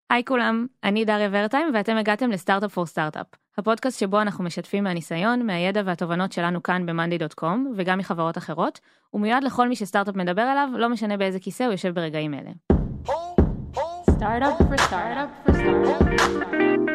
היי כולם, אני דריה ורטיים ואתם הגעתם לסטארט-אפ פור סטארט-אפ, הפודקאסט שבו אנחנו משתפים מהניסיון, מהידע והתובנות שלנו כאן ב-monday.com וגם מחברות אחרות, ומיועד לכל מי שסטארט-אפ מדבר עליו, לא משנה באיזה כיסא הוא יושב ברגעים אלה. סטארט-אפ פור סטארט-אפ פור סטארט-אפ.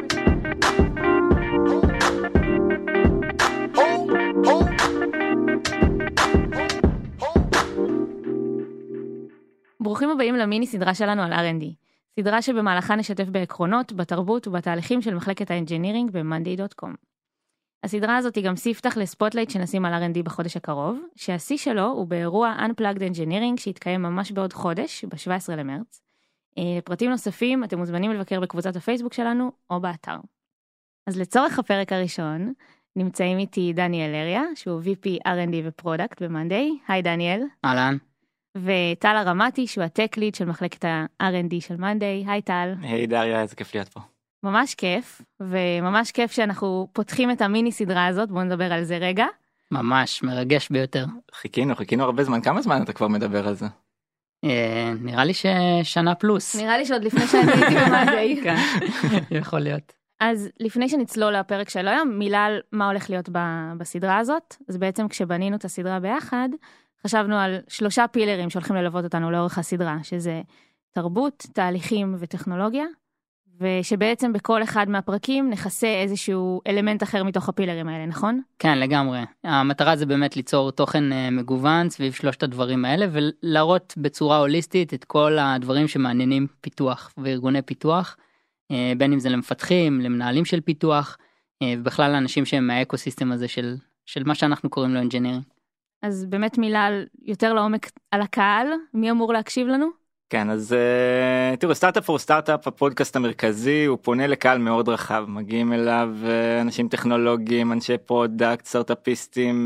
ברוכים הבאים למיני סדרה שלנו על R&D. סדרה שבמהלכה נשתף בעקרונות, בתרבות ובתהליכים של מחלקת האנג'ינירינג ב-monday.com. הסדרה הזאת היא גם ספתח לספוטלייט שנשים על R&D בחודש הקרוב, שהשיא שלו הוא באירוע Unplugged Engineering שהתקיים ממש בעוד חודש, ב-17 למרץ. לפרטים נוספים אתם מוזמנים לבקר בקבוצת הפייסבוק שלנו או באתר. אז לצורך הפרק הראשון, נמצאים איתי דניאל אריה, שהוא VP R&D ופרודקט ב-Monday. היי דניאל. אהלן. וטל הרמתי, שהוא הטק ליד של מחלקת ה-R&D של Monday. היי טל. היי דריה, איזה כיף להיות פה. ממש כיף, וממש כיף שאנחנו פותחים את המיני סדרה הזאת, בואו נדבר על זה רגע. ממש מרגש ביותר. חיכינו הרבה זמן, כמה זמן אתה כבר מדבר על זה? נראה לי ששנה פלוס. נראה לי שעוד לפני שאני הייתי ב-Monday. כן, יכול להיות. אז לפני שנצלול לפרק של היום, מילה על מה הולך להיות בסדרה הזאת. אז בעצם כשבנינו את הסדרה ביחד, חשבנו על 3 פילרים שהולכים ללוות אותנו לאורך הסדרה, שזה תרבות, תהליכים וטכנולוגיה, ושבעצם בכל אחד מהפרקים נחסה איזשהו אלמנט אחר מתוך הפילרים האלה, נכון? כן, לגמרי. המטרה זה באמת ליצור תוכן מגוון סביב 3 הדברים האלה, ולהראות בצורה הוליסטית את כל הדברים שמעניינים פיתוח וארגוני פיתוח, בין אם זה למפתחים, למנהלים של פיתוח, ובכלל לאנשים שהם מהאקוסיסטם הזה של מה שאנחנו קוראים לו engineering. אז באמת מילה יותר לעומק על הקהל, מי אמור להקשיב לנו? כן, אז תראו, סטארט-אפ פור סטארט-אפ, הפודקאסט המרכזי, הוא פונה לקהל מאוד רחב, מגיעים אליו אנשים טכנולוגיים, אנשי פרודקט, סטארט-אפיסטים,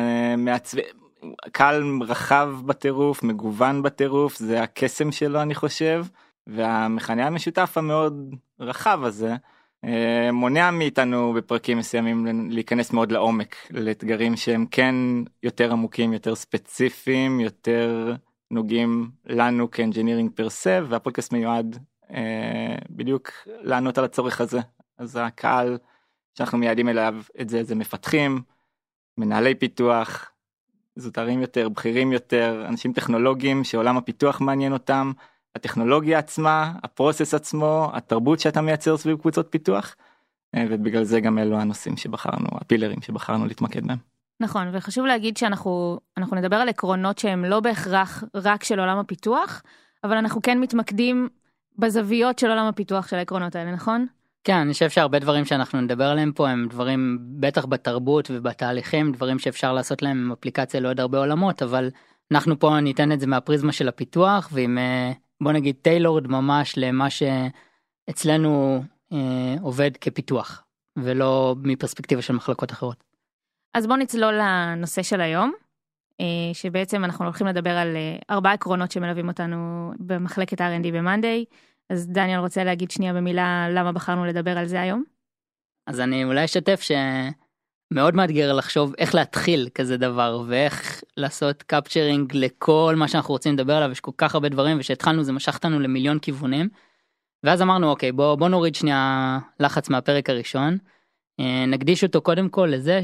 קהל רחב בטירוף, מגוון בטירוף, זה הקסם שלו אני חושב, והמכנה המשותף המאוד רחב הזה, מונע מאיתנו בפרקים מסוימים להיכנס מאוד לעומק, לאתגרים שהם כן יותר עמוקים, יותר ספציפיים, יותר נוגעים לנו כאנג'ינירינג פרסה, והפודקאסט מיועד בדיוק לענות על הצורך הזה. אז הקהל שאנחנו מייעדים אליו את זה, זה מפתחים, מנהלי פיתוח, זוטרים יותר, בכירים יותר, אנשים טכנולוגיים שעולם הפיתוח מעניין אותם, הטכנולוגיה עצמה, הפרוסס עצמו, התרבות שאתה מייצר סביב קבוצות פיתוח, ובגלל זה גם אלו הנושאים שבחרנו, הפילרים שבחרנו להתמקד בהם. נכון, וחשוב להגיד שאנחנו נדבר על עקרונות שהם לא בהכרח רק של עולם הפיתוח, אבל אנחנו כן מתמקדים בזוויות של עולם הפיתוח של העקרונות האלה, נכון? כן, אני חושב שהרבה דברים שאנחנו נדבר עליהם פה הם דברים בטח בתרבות ובתהליכים, דברים שאפשר לעשות להם עם אפליקציה לעוד הרבה עולמות, אבל אנחנו פה ניתן את זה מהפריזמה של הפיתוח, ועם בוא נגיד טיילורד ממש למה שאצלנו עובד כפיתוח, ולא מפרספקטיבה של מחלקות אחרות. אז בואו נצלול לנושא של היום, שבעצם אנחנו הולכים לדבר על 4 עקרונות שמלווים אותנו במחלקת R&D ב-Monday, אז דניאל רוצה להגיד שנייה במילה למה בחרנו לדבר על זה היום? אז אני אולי אשתף שמאוד מאתגר לחשוב איך להתחיל כזה דבר, ואיך לעשות קפצ'רינג לכל מה שאנחנו רוצים לדבר עליו, יש כל כך הרבה דברים, ושהתחלנו זה משך אותנו למיליון כיוונים, ואז אמרנו אוקיי, בוא נוריד שנייה לחץ מהפרק הראשון, נקדיש אותו קודם כל לזה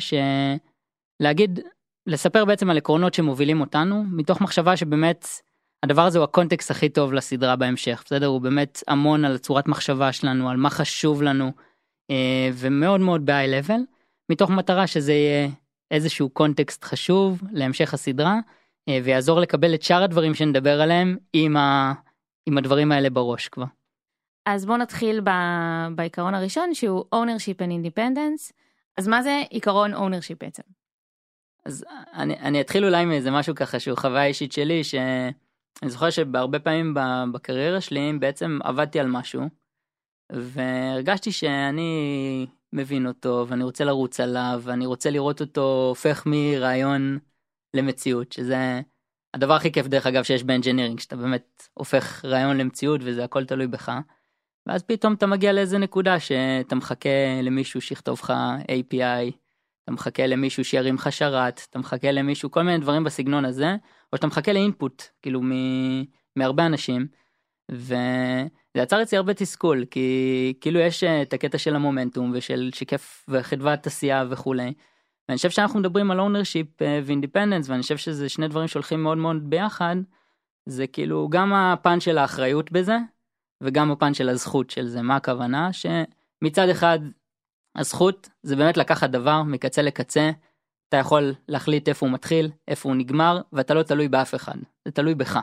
לספר בעצם על עקרונות שמובילים אותנו, מתוך מחשבה שבאמת הדבר הזה הוא הקונטקסט הכי טוב לסדרה בהמשך, בסדר? הוא באמת המון על צורת מחשבה שלנו, על מה חשוב לנו, ומאוד מאוד ב-high level, מתוך מטרה שזה יהיה איזשהו קונטקסט חשוב להמשך הסדרה, ויעזור לקבל את שאר הדברים שנדבר עליהם עם הדברים האלה בראש כבר. אז בואו נתחיל בעיקרון הראשון, שהוא ownership and independence. אז מה זה עיקרון ownership בעצם? אז אני אתחיל אולי מאיזה משהו ככה, שהוא חוויה אישית שלי, שאני זוכר שבהרבה פעמים בקריירה שלי, בעצם עבדתי על משהו, והרגשתי שאני מבין אותו, ואני רוצה לרוץ עליו, ואני רוצה לראות אותו הופך מרעיון למציאות, שזה הדבר הכי כיף דרך אגב שיש באנג'ינירינג, שאתה באמת הופך רעיון למציאות, וזה הכל תלוי בך. ואז פתאום אתה מגיע לאיזה נקודה שאתה מחכה למישהו שיכתוב לך API, אתה מחכה למישהו שירים לך שרת, אתה מחכה למישהו, כל מיני דברים בסגנון הזה, או שאתה מחכה לאינפוט, כאילו מהרבה אנשים, זה יצר אצלי הרבה תסכול, כי כאילו יש את הקטע של המומנטום ושל שיקף וחדוות עשייה וכולי. ואני חושב שאנחנו מדברים על ownership ו-independence, ואני חושב שזה שני דברים שהולכים מאוד מאוד ביחד. זה כאילו גם הפן של האחריות בזה, וגם הפן של הזכות של זה. מה הכוונה? שמצד אחד, הזכות זה באמת לקחת דבר מקצה לקצה, אתה יכול להחליט איפה הוא מתחיל, איפה הוא נגמר, ואתה לא תלוי באף אחד, זה תלוי בך.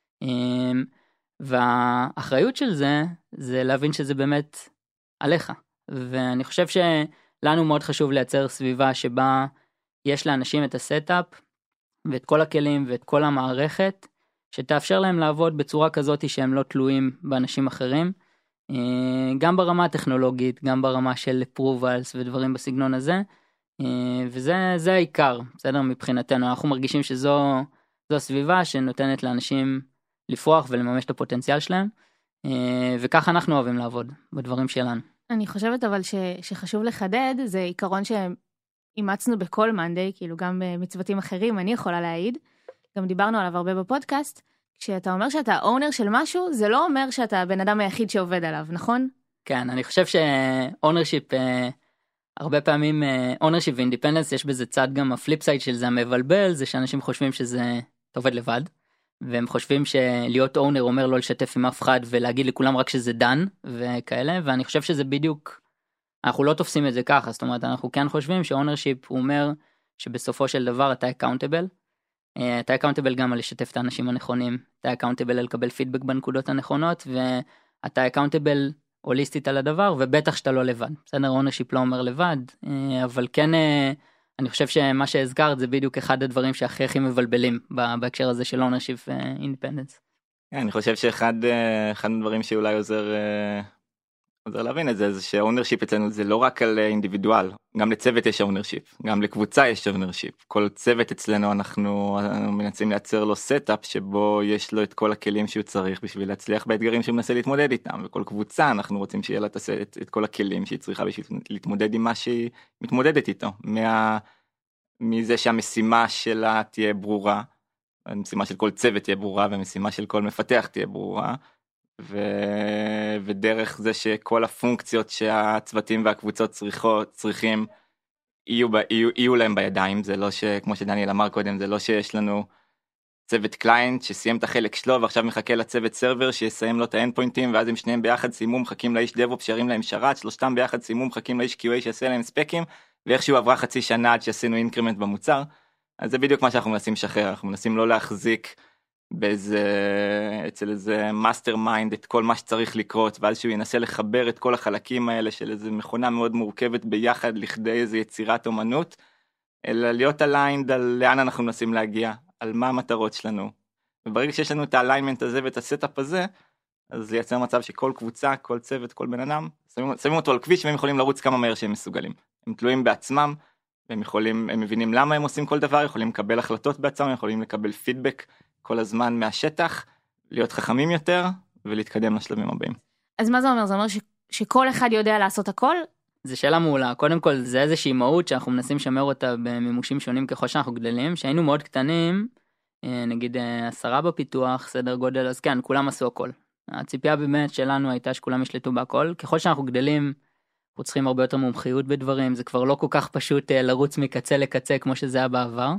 והאחריות של זה, זה להבין שזה באמת עליך. ואני חושב שלנו מאוד חשוב לייצר סביבה שבה יש לאנשים את הסטאפ, ואת כל הכלים ואת כל המערכת, שתאפשר להם לעבוד בצורה כזאת שהם לא תלויים באנשים אחרים, גם ברמה הטכנולוגית, גם ברמה של approvals ודברים בסגנון הזה, וזה העיקר, בסדר? מבחינתנו, אנחנו מרגישים שזו הסביבה שנותנת לאנשים לפרוח ולממש את הפוטנציאל שלהם, וככה אנחנו אוהבים לעבוד בדברים שלנו. אני חושבת אבל שחשוב לחדד, זה עיקרון שאימצנו בכל מנדי, כאילו גם מצוותים אחרים, אני יכולה להעיד, גם דיברנו עליו הרבה בפודקאסט, כשאתה אומר שאתה אונר של משהו, זה לא אומר שאתה הבן אדם היחיד שעובד עליו, נכון? כן, אני חושב שאונרשיפ, הרבה פעמים אונרשיפ ואינדיפנדנס, יש בזה צד גם הפליפ סייד של זה המבלבל, זה שאנשים חושבים שזה עובד לבד, והם חושבים שלהיות אונר אומר לא לשתף עם אף אחד, ולהגיד לכולם רק שזה דן, וכאלה, ואני חושב שזה בדיוק, אנחנו לא תופסים את זה ככה, זאת אומרת, אנחנו כן חושבים שאונרשיפ הוא אומר, שבסופו של דבר אתה אקאונטבל, אתה אקאונטבל גם על לשתף את האנשים הנכונים, אתה אקאונטבל על לקבל פידבק בנקודות הנכונות, ואתה אקאונטבל הוליסטית על הדבר, ובטח שאתה לא לבד. בסדר, אונרשיפ לא אומר לבד, אבל כן, אני חושב שמה שהזכרת זה בדיוק אחד הדברים שהכי מבלבלים בהקשר הזה של אונרשיפ ואינדיפנדנס. אני חושב שאחד הדברים שאולי עוזר להבין את זה, זה שהאונרשיפ אצלנו זה לא רק על אינדיבידואל, גם לצוות יש אונרשיפ, גם לקבוצה יש אונרשיפ. כל צוות אצלנו אנחנו מנסים לייצר לו סטאפ שבו יש לו את כל הכלים שהוא צריך בשביל להצליח באתגרים שהוא מנסה להתמודד איתם, וכל קבוצה אנחנו רוצים שיהיה לה את כל הכלים שהיא צריכה בשביל להתמודד עם מה שהיא מתמודדת איתו, מזה שהמשימה שלה תהיה ברורה, המשימה של כל צוות תהיה ברורה, והמשימה של כל מפתח תהיה ברורה, ודרך זה שכל הפונקציות שהצוותים והקבוצות צריכים יהיו להם בידיים. זה לא כמו שדניאל אמר קודם, זה לא שיש לנו צוות קליינט שסיים את החלק שלו ועכשיו מחכה לצוות סרבר שיסיים לו את האנדפוינטים, ואז הם שניהם ביחד סיימו מחכים לאיש דבופ שירים להם שרת, שלושתם ביחד סיימו מחכים לאיש QA שיעשה להם ספקים, ואיכשהו עברה חצי שנה עד שעשינו אינקרימנט במוצר. אז זה בדיוק מה שאנחנו מנסים לשחרר, אנחנו מנסים לא להחזיק אצל איזה מאסטר מיינד את כל מה שצריך לקרות, ואז שהוא ינסה לחבר את כל החלקים האלה של איזה מכונה מאוד מורכבת ביחד לכדי איזה יצירת אומנות, אלא להיות אליינד על לאן אנחנו מנסים להגיע, על מה המטרות שלנו. וברגע שיש לנו את האליינמנט הזה ואת הסטאפ הזה, אז לייצר מצב שכל קבוצה, כל צוות, כל בן אדם, שמים אותו על כביש והם יכולים לרוץ כמה מהר שהם מסוגלים. הם תלויים בעצמם, הם מבינים למה הם עושים כל דבר, יכולים לקבל החלטות בעצמם, יכולים לקבל פידבק כל הזמן מהשטח, להיות חכמים יותר ולהתקדם לשלבים הבאים. אז מה זה אומר? זה אומר שכל אחד יודע לעשות הכל? זו שאלה מעולה. קודם כל זה איזושהי מהות שאנחנו מנסים לשמר אותה במימושים שונים ככל שאנחנו גדלים, שהיינו מאוד קטנים, נגיד 10 בפיתוח, סדר גודל, אז כן, כולם עשו הכל. הציפייה באמת שלנו הייתה שכולם ישלטו בהכל. ככל שאנחנו גדלים, אנחנו צריכים הרבה יותר מומחיות בדברים, זה כבר לא כל כך פשוט לרוץ מקצה לקצה כמו שזה היה בעבר,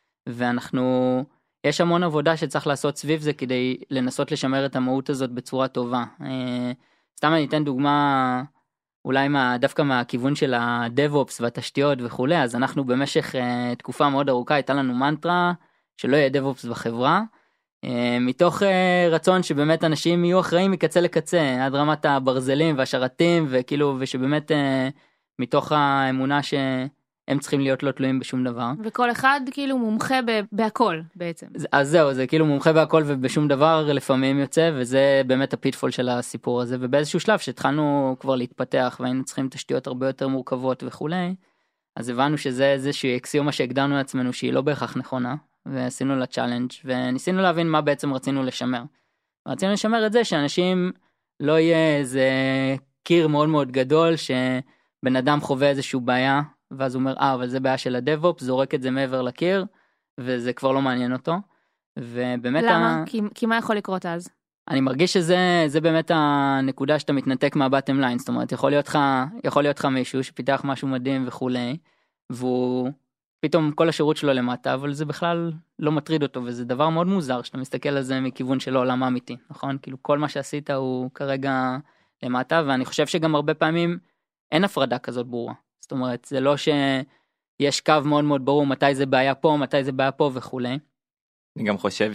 יש המון עבודה שצריך לעשות סביב זה כדי לנסות לשמר את המהות הזאת בצורה טובה. סתם אני אתן דוגמה, אולי דווקא מהכיוון של הדב-אופס והתשתיות וכו', אז אנחנו במשך תקופה מאוד ארוכה, הייתה לנו מנטרה שלא יהיה דב-אופס בחברה, מתוך רצון שבאמת אנשים יהיו אחראים מקצה לקצה, עד רמת הברזלים והשרתים, וכאילו, ושבאמת מתוך האמונה הם צריכים להיות לא תלויים בשום דבר. וכל אחד כאילו מומחה בהכל בעצם. אז זהו, זה כאילו מומחה בהכל ובשום דבר לפעמים יוצא, וזה באמת הפיטפול של הסיפור הזה, ובאיזשהו שלב שהתחלנו כבר להתפתח, והיינו צריכים תשתיות הרבה יותר מורכבות וכולי, אז הבנו שזה איזושהי אקסיומה שהגדרנו לעצמנו שהיא לא בהכרח נכונה, ועשינו לה צ'אלנג' וניסינו להבין מה בעצם רצינו לשמר. רצינו לשמר את זה שאנשים לא יהיה איזה קיר מאוד מאוד גדול, שבן אדם חווה איזושהי בעיה, ואז הוא אומר, אבל זה בעיה של הדב-אופס, זורק את זה מעבר לקיר, וזה כבר לא מעניין אותו. ובאמת למה? כי מה יכול לקרות אז? אני מרגיש שזה באמת הנקודה שאתה מתנתק מהבטם ליין, זאת אומרת, יכול להיות לך מישהו שפיתח משהו מדהים וכולי, והוא פתאום כל השירות שלו למטה, אבל זה בכלל לא מטריד אותו, וזה דבר מאוד מוזר שאתה מסתכל על זה מכיוון של העולם האמיתי, נכון? כאילו כל מה שעשית הוא כרגע למטה, ואני חושב שגם הרבה פעמים אין הפרדה כזאת ברורה. זאת אומרת, זה לא שיש קו מאוד מאוד ברור מתי זה בעיה פה, מתי זה בעיה פה וכולי. אני גם חושב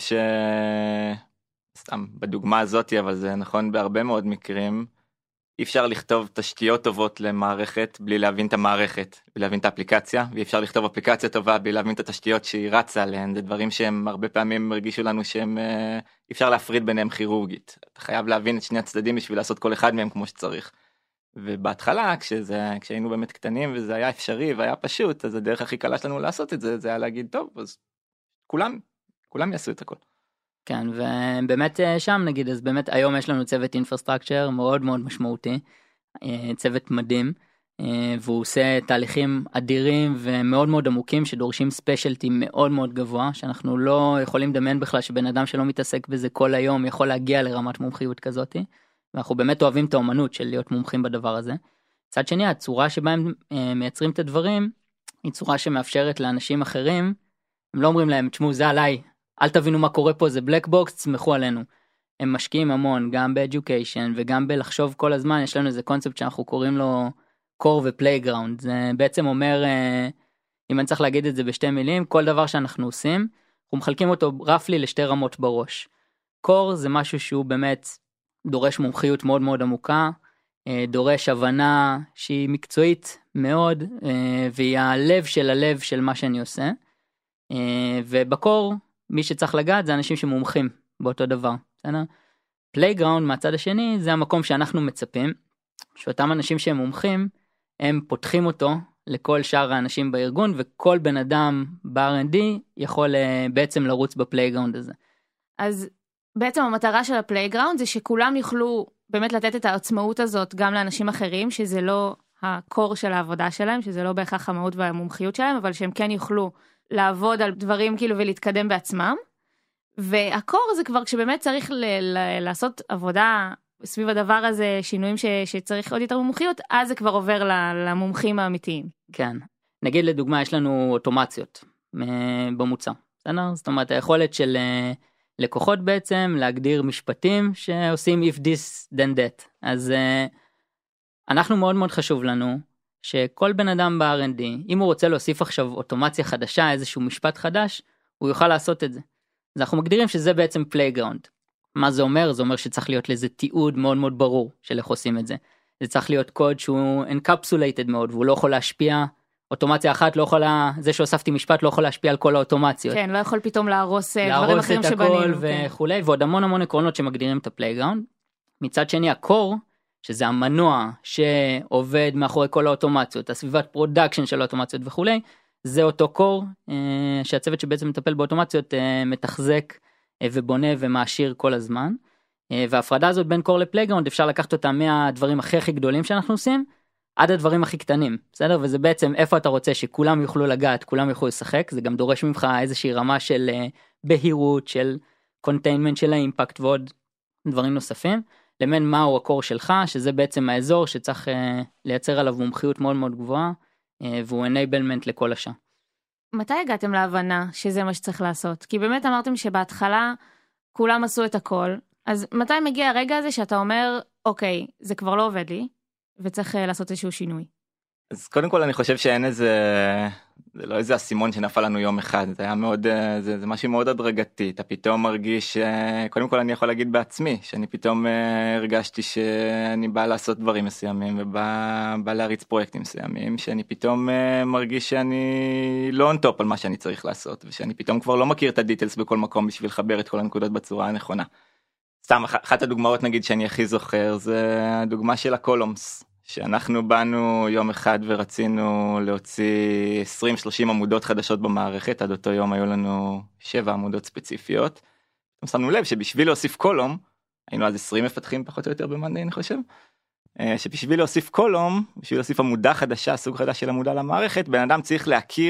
סתם בדוגמה הזאת, אבל זה נכון בהרבה מאוד מקרים, אי אפשר לכתוב תשתיות טובות למערכת בלי להבין את המערכת, בלי להבין את האפליקציה, ואי אפשר לכתוב אפליקציה טובה בלי להבין את התשתיות שהיא רצה עליהן. זה דברים שהם הרבה פעמים הרגישו לנו שהם אי אפשר להפריד ביניהם כירורגית. אתה חייב להבין את שני הצדדים בשביל לעשות כל אחד מהם כמו שצריך. ובהתחלה כשהיינו באמת קטנים וזה היה אפשרי והיה פשוט, אז הדרך הכי קלה שלנו לעשות את זה, זה היה להגיד טוב, אז כולם יעשו את הכל. כן, ובאמת שם נגיד, אז באמת היום יש לנו צוות אינפרסטרקצ'ר מאוד מאוד משמעותי, צוות מדהים, והוא עושה תהליכים אדירים ומאוד מאוד עמוקים שדורשים ספיישלטי מאוד מאוד גבוה, שאנחנו לא יכולים לדמיין בכלל שבן אדם שלא מתעסק בזה כל היום יכול להגיע לרמת מומחיות כזאת, ואנחנו באמת אוהבים את האומנות של להיות מומחים בדבר הזה. צד שני, הצורה שבה הם מייצרים את הדברים, היא צורה שמאפשרת לאנשים אחרים, הם לא אומרים להם, תשמעו זה עליי, אל תבינו מה קורה פה, זה בלק בוקס, תסמכו עלינו. הם משקיעים המון, גם באדיוקיישן, וגם בלחשוב כל הזמן, יש לנו איזה קונספט שאנחנו קוראים לו קור ופלייגראונד. זה בעצם אומר, אם אני צריך להגיד את זה בשתי מילים, כל דבר שאנחנו עושים, אנחנו מחלקים אותו רפלי לשתי רמות בראש. קור זה משהו שהוא באמת דורש מומחיות מאוד מאוד עמוקה, דורש הבנה שהיא מקצועית מאוד, והיא הלב של מה שאני עושה. ובקור, מי שצריך לגעת זה אנשים שמומחים באותו דבר. פלייגראונד מהצד השני זה המקום שאנחנו מצפים, שאותם אנשים שהם מומחים, הם פותחים אותו לכל שאר האנשים בארגון, וכל בן אדם ב-R&D יכול בעצם לרוץ בפלייגראונד הזה. אז בעצם המטרה של הפלייגראונד זה שכולם יוכלו באמת לתת את העצמאות הזאת גם לאנשים אחרים, שזה לא הקור של העבודה שלהם, שזה לא בהכרח המהות והמומחיות שלהם, אבל שהם כן יוכלו לעבוד על דברים כאילו ולהתקדם בעצמם. והקור זה כבר כשבאמת צריך לעשות עבודה סביב הדבר הזה, שינויים שצריך עוד יותר מומחיות, אז זה כבר עובר למומחים האמיתיים. כן. נגיד לדוגמה, יש לנו אוטומציות במוצר. זאת אומרת, היכולת של לקוחות בעצם להגדיר משפטים שעושים if this then that. אז אנחנו מאוד מאוד חשוב לנו שכל בן אדם ב-R&D, אם הוא רוצה להוסיף עכשיו אוטומציה חדשה, איזשהו משפט חדש, הוא יוכל לעשות את זה. אז אנחנו מגדירים שזה בעצם פלייגראונד. מה זה אומר? זה אומר שצריך להיות לזה תיעוד מאוד מאוד ברור של איך עושים את זה. זה צריך להיות קוד שהוא encapsulated מאוד, והוא לא יכול להשפיע, אוטומציה אחת לא יכולה, זה שהוספתי משפט לא יכול להשפיע על כל האוטומציות. כן, לא יכול פתאום להרוס דברים אחרים שבנינו. להרוס את הכל וכולי, ועוד המון עקרונות שמגדירים את הפלייגראונד. מצד שני, הקור, שזה המנוע שעובד מאחורי כל האוטומציות, הסביבת פרודקשן של האוטומציות וכולי, זה אותו קור שהצוות שבעצם מטפל באוטומציות מתחזק ובונה ומעשיר כל הזמן. וההפרדה הזאת בין קור לפלייגראונד אפשר לקחת אותה מהדברים הכי גדולים שאנחנו עושים עד הדברים הכי קטנים, בסדר? וזה בעצם איפה אתה רוצה שכולם יוכלו לגעת, כולם יוכלו לשחק, זה גם דורש ממך איזושהי רמה של בהירות, של קונטיינמנט של האימפקט ועוד דברים נוספים. למן מהו הקור שלך, שזה בעצם האזור שצריך לייצר עליו מומחיות מאוד מאוד גבוהה, והוא enablement לכל השאר. מתי הגעתם להבנה שזה מה שצריך לעשות? כי באמת אמרתם שבהתחלה כולם עשו את הכל, אז מתי מגיע הרגע הזה שאתה אומר, אוקיי, זה כבר לא עובד לי, וצריך לעשות איזשהו שינוי? אז קודם כל אני חושב שאין איזה, זה לא איזה אסימון שנפל לנו יום אחד, זה היה מאוד, זה משהו מאוד הדרגתי, אתה פתאום מרגיש, קודם כל אני יכול להגיד בעצמי, שאני פתאום הרגשתי שאני בא לעשות דברים מסוימים, ובא להריץ פרויקטים מסוימים, שאני פתאום מרגיש שאני לא on top על מה שאני צריך לעשות, ושאני פתאום כבר לא מכיר את הדיטלס בכל מקום בשביל לחבר את כל הנקודות בצורה הנכונה. סתם, אחת הדוגמאות נגיד שאני הכי זוכר, זה הדוגמה של הקולומס. שאנחנו באנו יום אחד ורצינו להוציא 20-30 עמודות חדשות במערכת, עד אותו יום היו לנו 7 עמודות ספציפיות. שמנו לב שבשביל להוסיף קולום, היינו אז 20 מפתחים פחות או יותר במאנדיי אני חושב, שבשביל להוסיף קולום, בשביל להוסיף עמודה חדשה, סוג חדש של עמודה למערכת, בן אדם צריך להכיר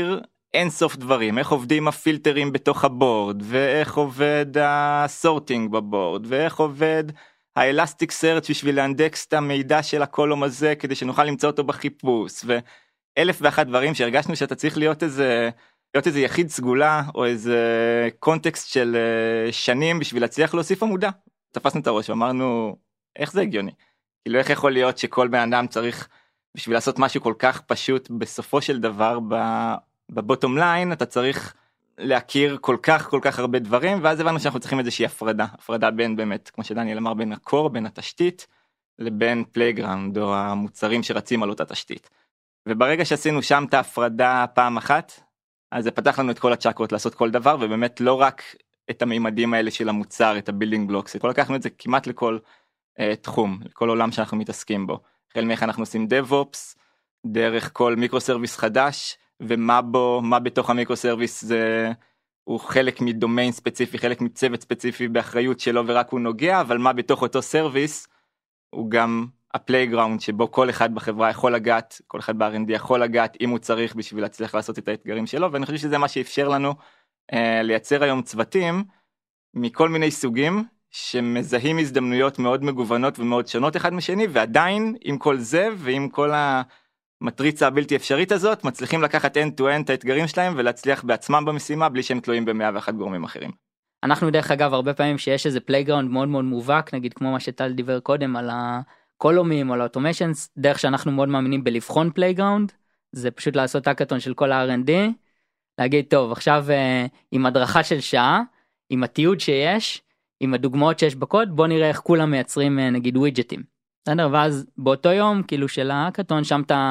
אין סוף דברים, איך עובדים הפילטרים בתוך הבורד, ואיך עובד הסורטינג בבורד, ואיך עובד האלסטיק סרצ' בשביל לאנדקס את המידע של הקולום הזה, כדי שנוכל למצוא אותו בחיפוש, ואלף ואחת דברים שהרגשנו שאתה צריך להיות איזה יחיד סגולה, או איזה קונטקסט של שנים בשביל להצליח להוסיף עמודה. תפסנו את הראש ואמרנו, איך זה הגיוני? כאילו איך יכול להיות שכל בן אדם צריך, בשביל לעשות משהו כל כך פשוט, בסופו של דבר, בבוטום ליין, אתה צריך להכיר כל כך הרבה דברים, ואז הבנו שאנחנו צריכים איזושהי הפרדה בין באמת, כמו שדניאל אמר, בין הקור, בין התשתית, לבין פלייגראונד, או המוצרים שרצים על אותה תשתית. וברגע שעשינו שם את ההפרדה פעם אחת, אז זה פתח לנו את כל הצ'קרות לעשות כל דבר, ובאמת לא רק את המימדים האלה של המוצר, את הבילדינג בלוקס, לקחנו את זה כמעט לכל תחום, לכל עולם שאנחנו מתעסקים בו. החל מאיך אנחנו עושים DevOps, דרך כל מיקרו סרוויס חדש, ומה בו, מה בתוך המיקרו סרוויס זה, הוא חלק מדומיין ספציפי, חלק מצוות ספציפי באחריות שלו ורק הוא נוגע, אבל מה בתוך אותו סרוויס, הוא גם הפלייגראונד שבו כל אחד בחברה יכול לגעת, כל אחד ב-R&D יכול לגעת אם הוא צריך בשביל להצליח לעשות את האתגרים שלו, ואני חושב שזה מה שאפשר לנו לייצר היום צוותים מכל מיני סוגים, שמזהים הזדמנויות מאוד מגוונות ומאוד שונות אחד משני, ועדיין עם כל זה ועם כל המטריצה הבלתי אפשרית הזאת, מצליחים לקחת end-to-end את האתגרים שלהם ולהצליח בעצמם במשימה, בלי שהם תלויים ב-101 גורמים אחרים. אנחנו דרך אגב הרבה פעמים שיש איזה פלייגראונד מאוד מאוד מובהק, נגיד כמו מה שטל דיבר קודם על הקולומים או על האוטומיישנס, דרך שאנחנו מאוד מאמינים בלבחון פלייגראונד, זה פשוט לעשות האקתון של כל ה-R&D, להגיד טוב עכשיו עם הדרכה של שעה, עם התיעוד שיש, עם הדוגמאות שיש בקוד, בוא נראה איך כולם מייצרים נגיד ווידג'טים. ואז באותו יום כאילו של האקתון,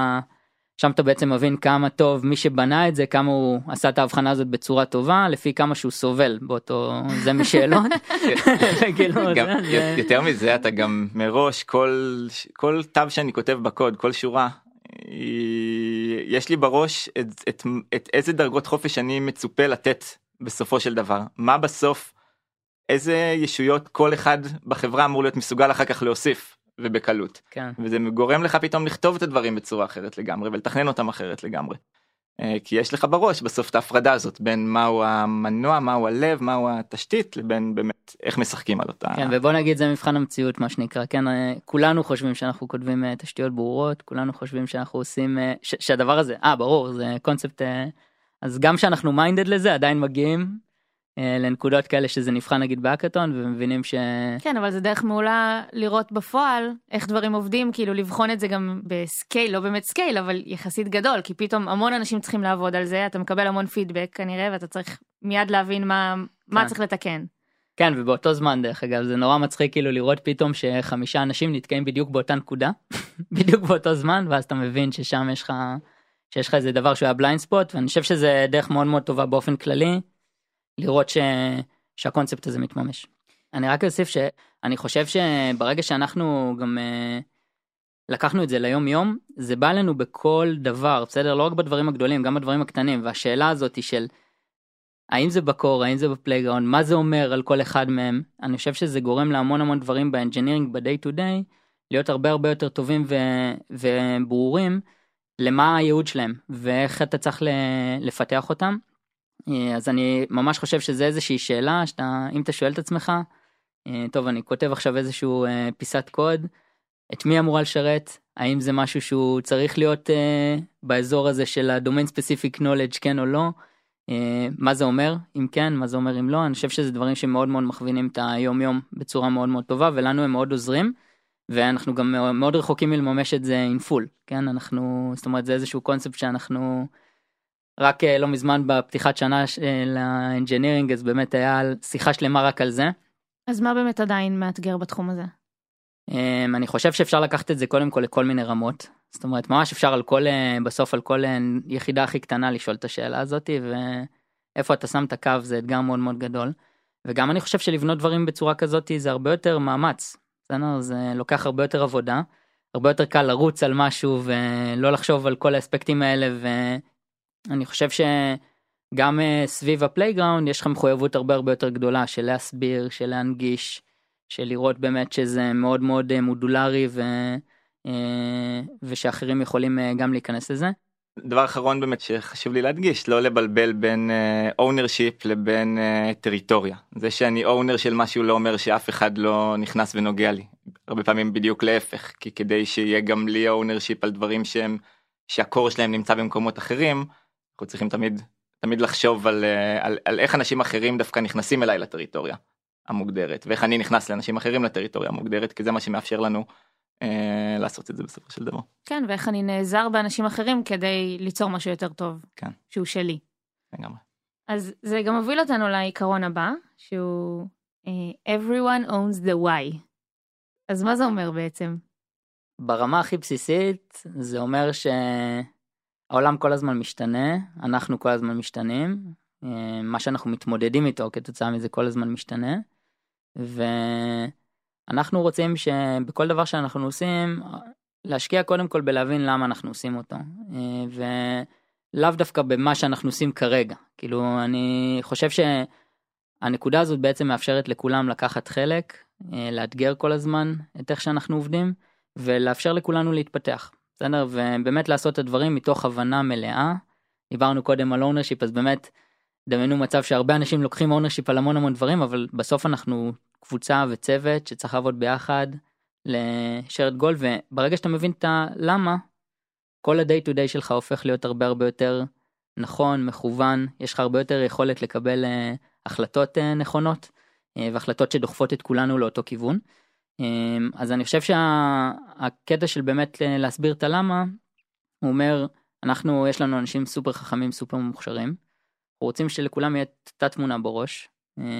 שם אתה בעצם מבין כמה טוב מי שבנה את זה, כמה הוא עשה את ההבחנה הזאת בצורה טובה, לפי כמה שהוא סובל באותו, זה משאלון. יותר מזה, אתה גם מראש, כל תו שאני כותב בקוד, כל שורה, יש לי בראש את איזה דרגות חופש אני מצופה לתת בסופו של דבר. מה בסוף, איזה ישויות כל אחד בחברה אמור להיות מסוגל אחר כך להוסיף. ובקלות. כן. וזה גורם לך פתאום לכתוב את הדברים בצורה אחרת לגמרי, ולתכנן אותם אחרת לגמרי. כי יש לך בראש בסוף את ההפרדה הזאת, בין מהו המנוע, מהו הלב, מהו התשתית, לבין באמת איך משחקים על אותה. כן, ובוא נגיד זה מבחן המציאות, מה שנקרא, כן, כולנו חושבים שאנחנו כותבים תשתיות ברורות, כולנו חושבים שאנחנו עושים, שהדבר הזה, ברור, זה קונספט, אז גם שאנחנו מיינדד לזה, עדיין מגיעים, לנקודות כאלה שזה נבחן נגיד בהאקתון ומבינים כן, אבל זה דרך מעולה לראות בפועל איך דברים עובדים, כאילו לבחון את זה גם בסקייל, לא באמת סקייל, אבל יחסית גדול, כי פתאום המון אנשים צריכים לעבוד על זה, אתה מקבל המון פידבק כנראה, ואתה צריך מיד להבין מה צריך לתקן. כן, ובאותו זמן דרך אגב, זה נורא מצחיק כאילו לראות פתאום ש5 אנשים נתקעים בדיוק באותה נקודה, בדיוק באותו זמן, ואז אתה מבין ששם שיש לך איזה דבר שהוא היה בליינד ספוט, ואני חושב שזה דרך מאוד מאוד טובה באופן כללי, לראות שהקונספט הזה מתממש. אני רק אוסיף שאני חושב שברגע שאנחנו גם לקחנו את זה ליום יום, זה בא לנו בכל דבר, בסדר? לא רק בדברים הגדולים, גם בדברים הקטנים, והשאלה הזאת היא של האם זה בקור, האם זה בפלייגראונד, מה זה אומר על כל אחד מהם, אני חושב שזה גורם להמון המון דברים באנג'ינירינג, ב-day to day, להיות הרבה יותר טובים וברורים, למה הייעוד שלהם, ואיך אתה צריך לפתח אותם. אז אני ממש חושב שזה איזושהי שאלה, אם אתה שואל את עצמך, טוב, אני כותב עכשיו איזשהו פיסת קוד, את מי אמורה לשרת, האם זה משהו שהוא צריך להיות באזור הזה של ה-Domain Specific Knowledge, כן או לא, מה זה אומר, אם כן, מה זה אומר אם לא, אני חושב שזה דברים שמאוד מאוד מכווינים את היום יום בצורה מאוד מאוד טובה, ולנו הם מאוד עוזרים, ואנחנו גם מאוד רחוקים מלממש את זה in full, כן, זאת אומרת, זה איזשהו קונספט שאנחנו רק לא מזמן בפתיחת שנה לאנג'ינירינג, אז באמת היה שיחה שלמה רק על זה. אז מה באמת עדיין מאתגר בתחום הזה? אני חושב שאפשר לקחת את זה קודם כל לכל מיני רמות. זאת אומרת, ממש אפשר בסוף על כל יחידה הכי קטנה לשאול את השאלה הזאת, ואיפה אתה שם את הקו זה אתגר מאוד מאוד גדול. וגם אני חושב שלבנות דברים בצורה כזאת זה הרבה יותר מאמץ. זה לוקח הרבה יותר עבודה, הרבה יותר קל לרוץ על משהו ולא לחשוב על כל האספקטים האלה, אני חושב שגם סביב הפלייגראונד יש לך מחויבות הרבה יותר גדולה של להסביר, של להנגיש, של לראות באמת שזה מאוד מאוד מודולרי ושאחרים יכולים גם להיכנס לזה. דבר אחרון באמת שחשוב לי להדגיש, לא לבלבל בין ownership לבין טריטוריה. זה שאני owner של משהו לא אומר שאף אחד לא נכנס ונוגע לי. הרבה פעמים בדיוק להפך, כי כדי שיהיה גם לי ownership על דברים שהקור שלהם נמצא במקומות אחרים, אנחנו צריכים תמיד לחשוב על איך אנשים אחרים דווקא נכנסים אליי לטריטוריה המוגדרת, ואיך אני נכנס לאנשים אחרים לטריטוריה המוגדרת, כי זה מה שמאפשר לנו לעשות את זה בסופו של דבר. כן, ואיך אני נעזר באנשים אחרים כדי ליצור משהו יותר טוב, כן. שהוא שלי. לגמרי. אז זה גם מוביל אותנו לעיקרון הבא, שהוא everyone owns the why. אז מה זה אומר בעצם? ברמה הכי בסיסית, זה אומר שהעולם כל הזמן משתנה, אנחנו כל הזמן משתנים, מה שאנחנו מתמודדים איתו כתוצאה מזה כל הזמן משתנה, ואנחנו רוצים שבכל דבר שאנחנו עושים, להשקיע קודם כל בלהבין למה אנחנו עושים אותו, ולאו דווקא במה שאנחנו עושים כרגע. כאילו, אני חושב שהנקודה הזאת בעצם מאפשרת לכולם לקחת חלק, לאתגר כל הזמן את איך שאנחנו עובדים, ולאפשר לכולנו להתפתח. בסדר? ובאמת לעשות את הדברים מתוך הבנה מלאה. דיברנו קודם על ownership, אז באמת דמיינו מצב שהרבה אנשים לוקחים ownership על המון דברים, אבל בסוף אנחנו קבוצה וצוות שצריך לעבוד ביחד לשרת גול, וברגע שאתה מבין את הלמה, כל ה-day to day שלך הופך להיות הרבה יותר נכון, מכוון, יש לך הרבה יותר יכולת לקבל החלטות נכונות, והחלטות שדוחפות את כולנו לאותו כיוון. אז אני חושב שהקטע של באמת להסביר את הלמה, הוא אומר, יש לנו אנשים סופר חכמים, סופר מוכשרים, אנחנו רוצים שלכולם יהיה תת תמונה בראש,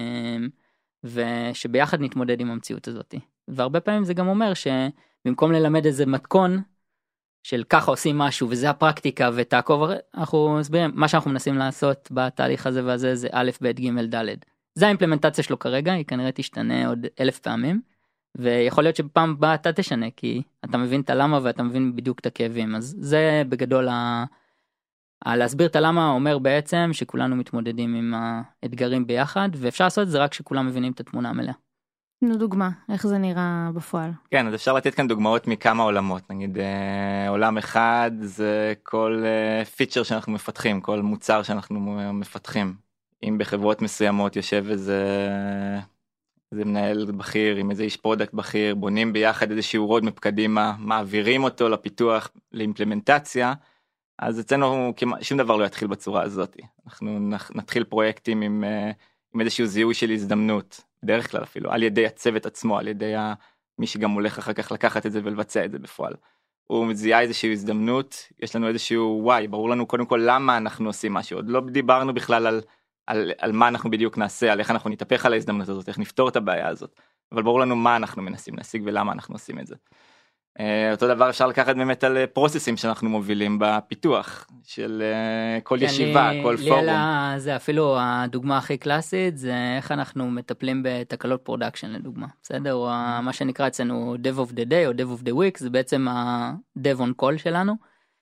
ושביחד נתמודד עם המציאות הזאת. והרבה פעמים זה גם אומר שבמקום ללמד איזה מתכון, של ככה עושים משהו, וזה הפרקטיקה, ותעקוב, אנחנו מסבירים, מה שאנחנו מנסים לעשות בתהליך הזה והזה, זה א', ב', ג', ד'. זה האימפלמנטציה שלו כרגע, היא כנראה תשתנה עוד 1000 פעמים, ויכול להיות שבפעם הבאה אתה תשנה, כי אתה מבין את הלמה ואתה מבין בדיוק את הכאבים. אז זה בגדול להסביר את הלמה אומר בעצם שכולנו מתמודדים עם האתגרים ביחד, ואפשר לעשות את זה רק שכולם מבינים את התמונה המלאה. תנו דוגמה, איך זה נראה בפועל? כן, אז אפשר לתת כאן דוגמאות מכמה עולמות. נגיד עולם אחד זה כל פיצ'ר שאנחנו מפתחים, כל מוצר שאנחנו מפתחים. אם בחברות מסוימות יושב איזה מנהל בכיר עם איזה איש פרודקט בכיר, בונים ביחד איזשהו רודמפ קדימה, מעבירים אותו לפיתוח, לאימפלמנטציה, אז אצלנו שום דבר לא יתחיל בצורה הזאת. אנחנו נתחיל פרויקטים עם איזשהו זיהוי של הזדמנות, בדרך כלל אפילו, על ידי הצוות עצמו, על ידי מי שגם הולך אחר כך לקחת את זה ולבצע את זה בפועל. הוא מזיהה איזושהי הזדמנות, יש לנו איזשהו וואי, ברור לנו קודם כל למה אנחנו עושים משהו, עוד לא דיברנו בכלל על מה אנחנו בדיוק נעשה, על איך אנחנו נתהפך על ההזדמנות הזאת, איך נפתור את הבעיה הזאת, אבל ברור לנו מה אנחנו מנסים להשיג ולמה אנחנו עושים את זה. אותו דבר אפשר לקחת באמת על פרוססים שאנחנו מובילים בפיתוח של כל ישיבה, כל פורום. זה אפילו הדוגמה הכי קלאסית, זה איך אנחנו מטפלים בתקלות פרודקשן לדוגמה, בסדר? או מה שנקרא אצלנו Dev of the Day או Dev of the Week, זה בעצם ה-Dev on call שלנו,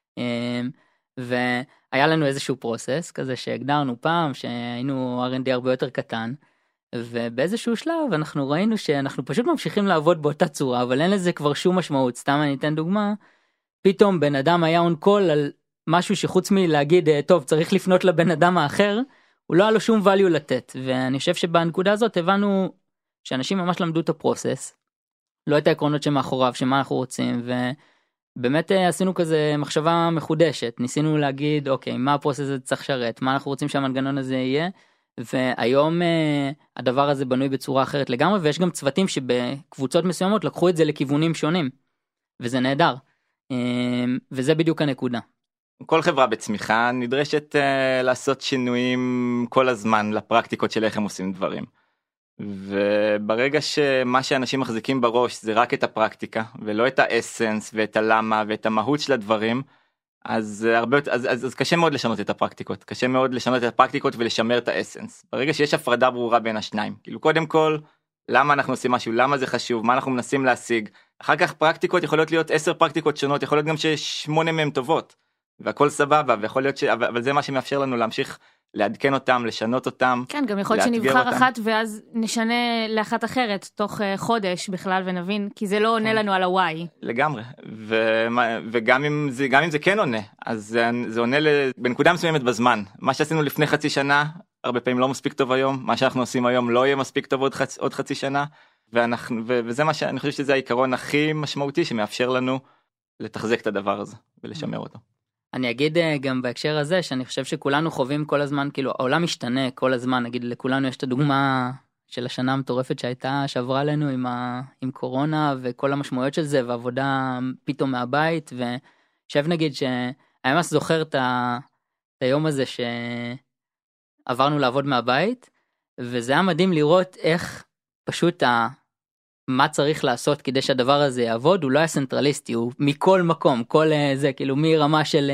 והיה לנו איזשהו פרוסס כזה שהגדרנו פעם, שהיינו R&D הרבה יותר קטן, ובאיזשהו שלב אנחנו ראינו שאנחנו פשוט ממשיכים לעבוד באותה צורה, אבל אין לזה כבר שום משמעות. סתם אני אתן דוגמה, פתאום בן אדם היה on call על משהו שחוץ מלהגיד, טוב, צריך לפנות לבן אדם האחר, הוא לא היה לו שום value לתת, ואני חושב שבנקודה הזאת הבנו שאנשים ממש למדו את הפרוסס, לא את העקרונות שמאחוריו, שמה אנחנו רוצים, ובאמת עשינו כזה מחשבה מחודשת, ניסינו להגיד, אוקיי, מה הפרוסס הזה צריך לשרת, מה אנחנו רוצים שהמנגנון הזה יהיה, והיום הדבר הזה בנוי בצורה אחרת לגמרי, ויש גם צוותים שבקבוצות מסוימות לקחו את זה לכיוונים שונים, וזה נהדר, וזה בדיוק הנקודה. כל חברה בצמיחה נדרשת לעשות שינויים כל הזמן לפרקטיקות של איך הם עושים דברים, וברגע שמה שאנשים מחזיקים בראש זה רק את הפרקטיקה, ולא את האסנס ואת הלמה ואת המהות של הדברים, אז קשה מאוד לשנות את הפרקטיקות, קשה מאוד לשנות את הפרקטיקות ולשמר את האסנס. ברגע שיש הפרדה ברורה בין השניים, כאילו קודם כל, למה אנחנו עושים משהו, למה זה חשוב, מה אנחנו מנסים להשיג, אחר כך פרקטיקות יכולות להיות 10 פרקטיקות שונות, יכול להיות גם ש8 מהן טובות, והכל סבבה, ויכול להיות אבל זה מה שמאפשר לנו להמשיך לעדכן אותם, לשנות אותם. כן, גם יכול להיות שנבחר אחת ואז נשנה לאחת אחרת תוך חודש בכלל ונבין, כי זה לא עונה לנו על הוואי. לגמרי, וגם אם זה כן עונה, אז זה עונה בנקודה מסוימת בזמן. מה שעשינו לפני חצי שנה, הרבה פעמים לא מספיק טוב היום, מה שאנחנו עושים היום לא יהיה מספיק טוב עוד חצי שנה, וזה מה שאני חושב שזה העיקרון הכי משמעותי שמאפשר לנו לתחזק את הדבר הזה ולשמר אותו. אני אגיד גם בהקשר הזה שאני חושב שכולנו חווים כל הזמן, כאילו העולם משתנה כל הזמן, נגיד לכולנו יש את הדוגמה של השנה המטורפת שעברה לנו עם קורונה וכל המשמעויות של זה ועבודה פתאום מהבית, ושב נגיד שאני ממש זוכר את היום הזה שעברנו לעבוד מהבית, וזה היה מדהים לראות איך פשוט מה צריך לעשות כדי שהדבר הזה יעבוד, הוא לא היה סנטרליסטי, הוא מכל מקום, כל זה, כאילו מרמה של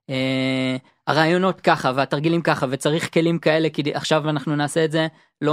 הרעיונות ככה, והתרגילים ככה, וצריך כלים כאלה, כי עכשיו אנחנו נעשה את זה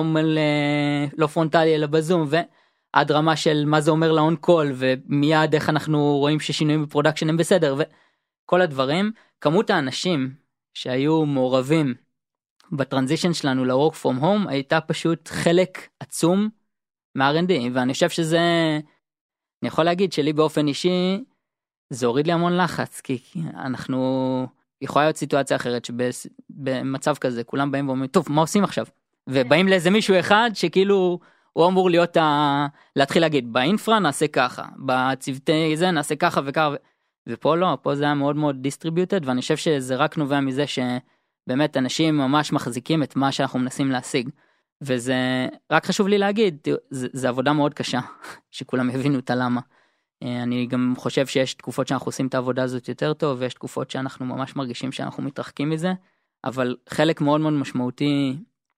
לא פרונטלי, אלא בזום, ועד רמה של מה זה אומר לאון קול, ומיד איך אנחנו רואים ששינויים בפרודקשן הם בסדר, וכל הדברים, כמות האנשים שהיו מעורבים בטרנזישן שלנו ל-work from home, הייתה פשוט חלק עצום, מה-R&D, ואני חושב שזה, אני יכול להגיד שלי באופן אישי, זה הוריד לי המון לחץ, כי אנחנו, יכולה להיות סיטואציה אחרת, שבמצב כזה, כולם באים ואומרים, טוב, מה עושים עכשיו? ובאים לאיזה מישהו אחד, שכאילו, הוא אמור להיות, להתחיל להגיד, באינפרה נעשה ככה, בצוותי זה נעשה ככה וככה, ופה לא, פה זה היה מאוד מאוד דיסטריביוטד, ואני חושב שזה רק נובע מזה, שבאמת אנשים ממש מחזיקים את מה שאנחנו מנסים להשיג. וזה רק חשוב לי להגיד, זה עבודה מאוד קשה, שכולם הבינו את הלמה. אני גם חושב שיש תקופות שאנחנו עושים את העבודה הזאת יותר טוב, ויש תקופות שאנחנו ממש מרגישים שאנחנו מתרחקים מזה, אבל חלק מאוד מאוד משמעותי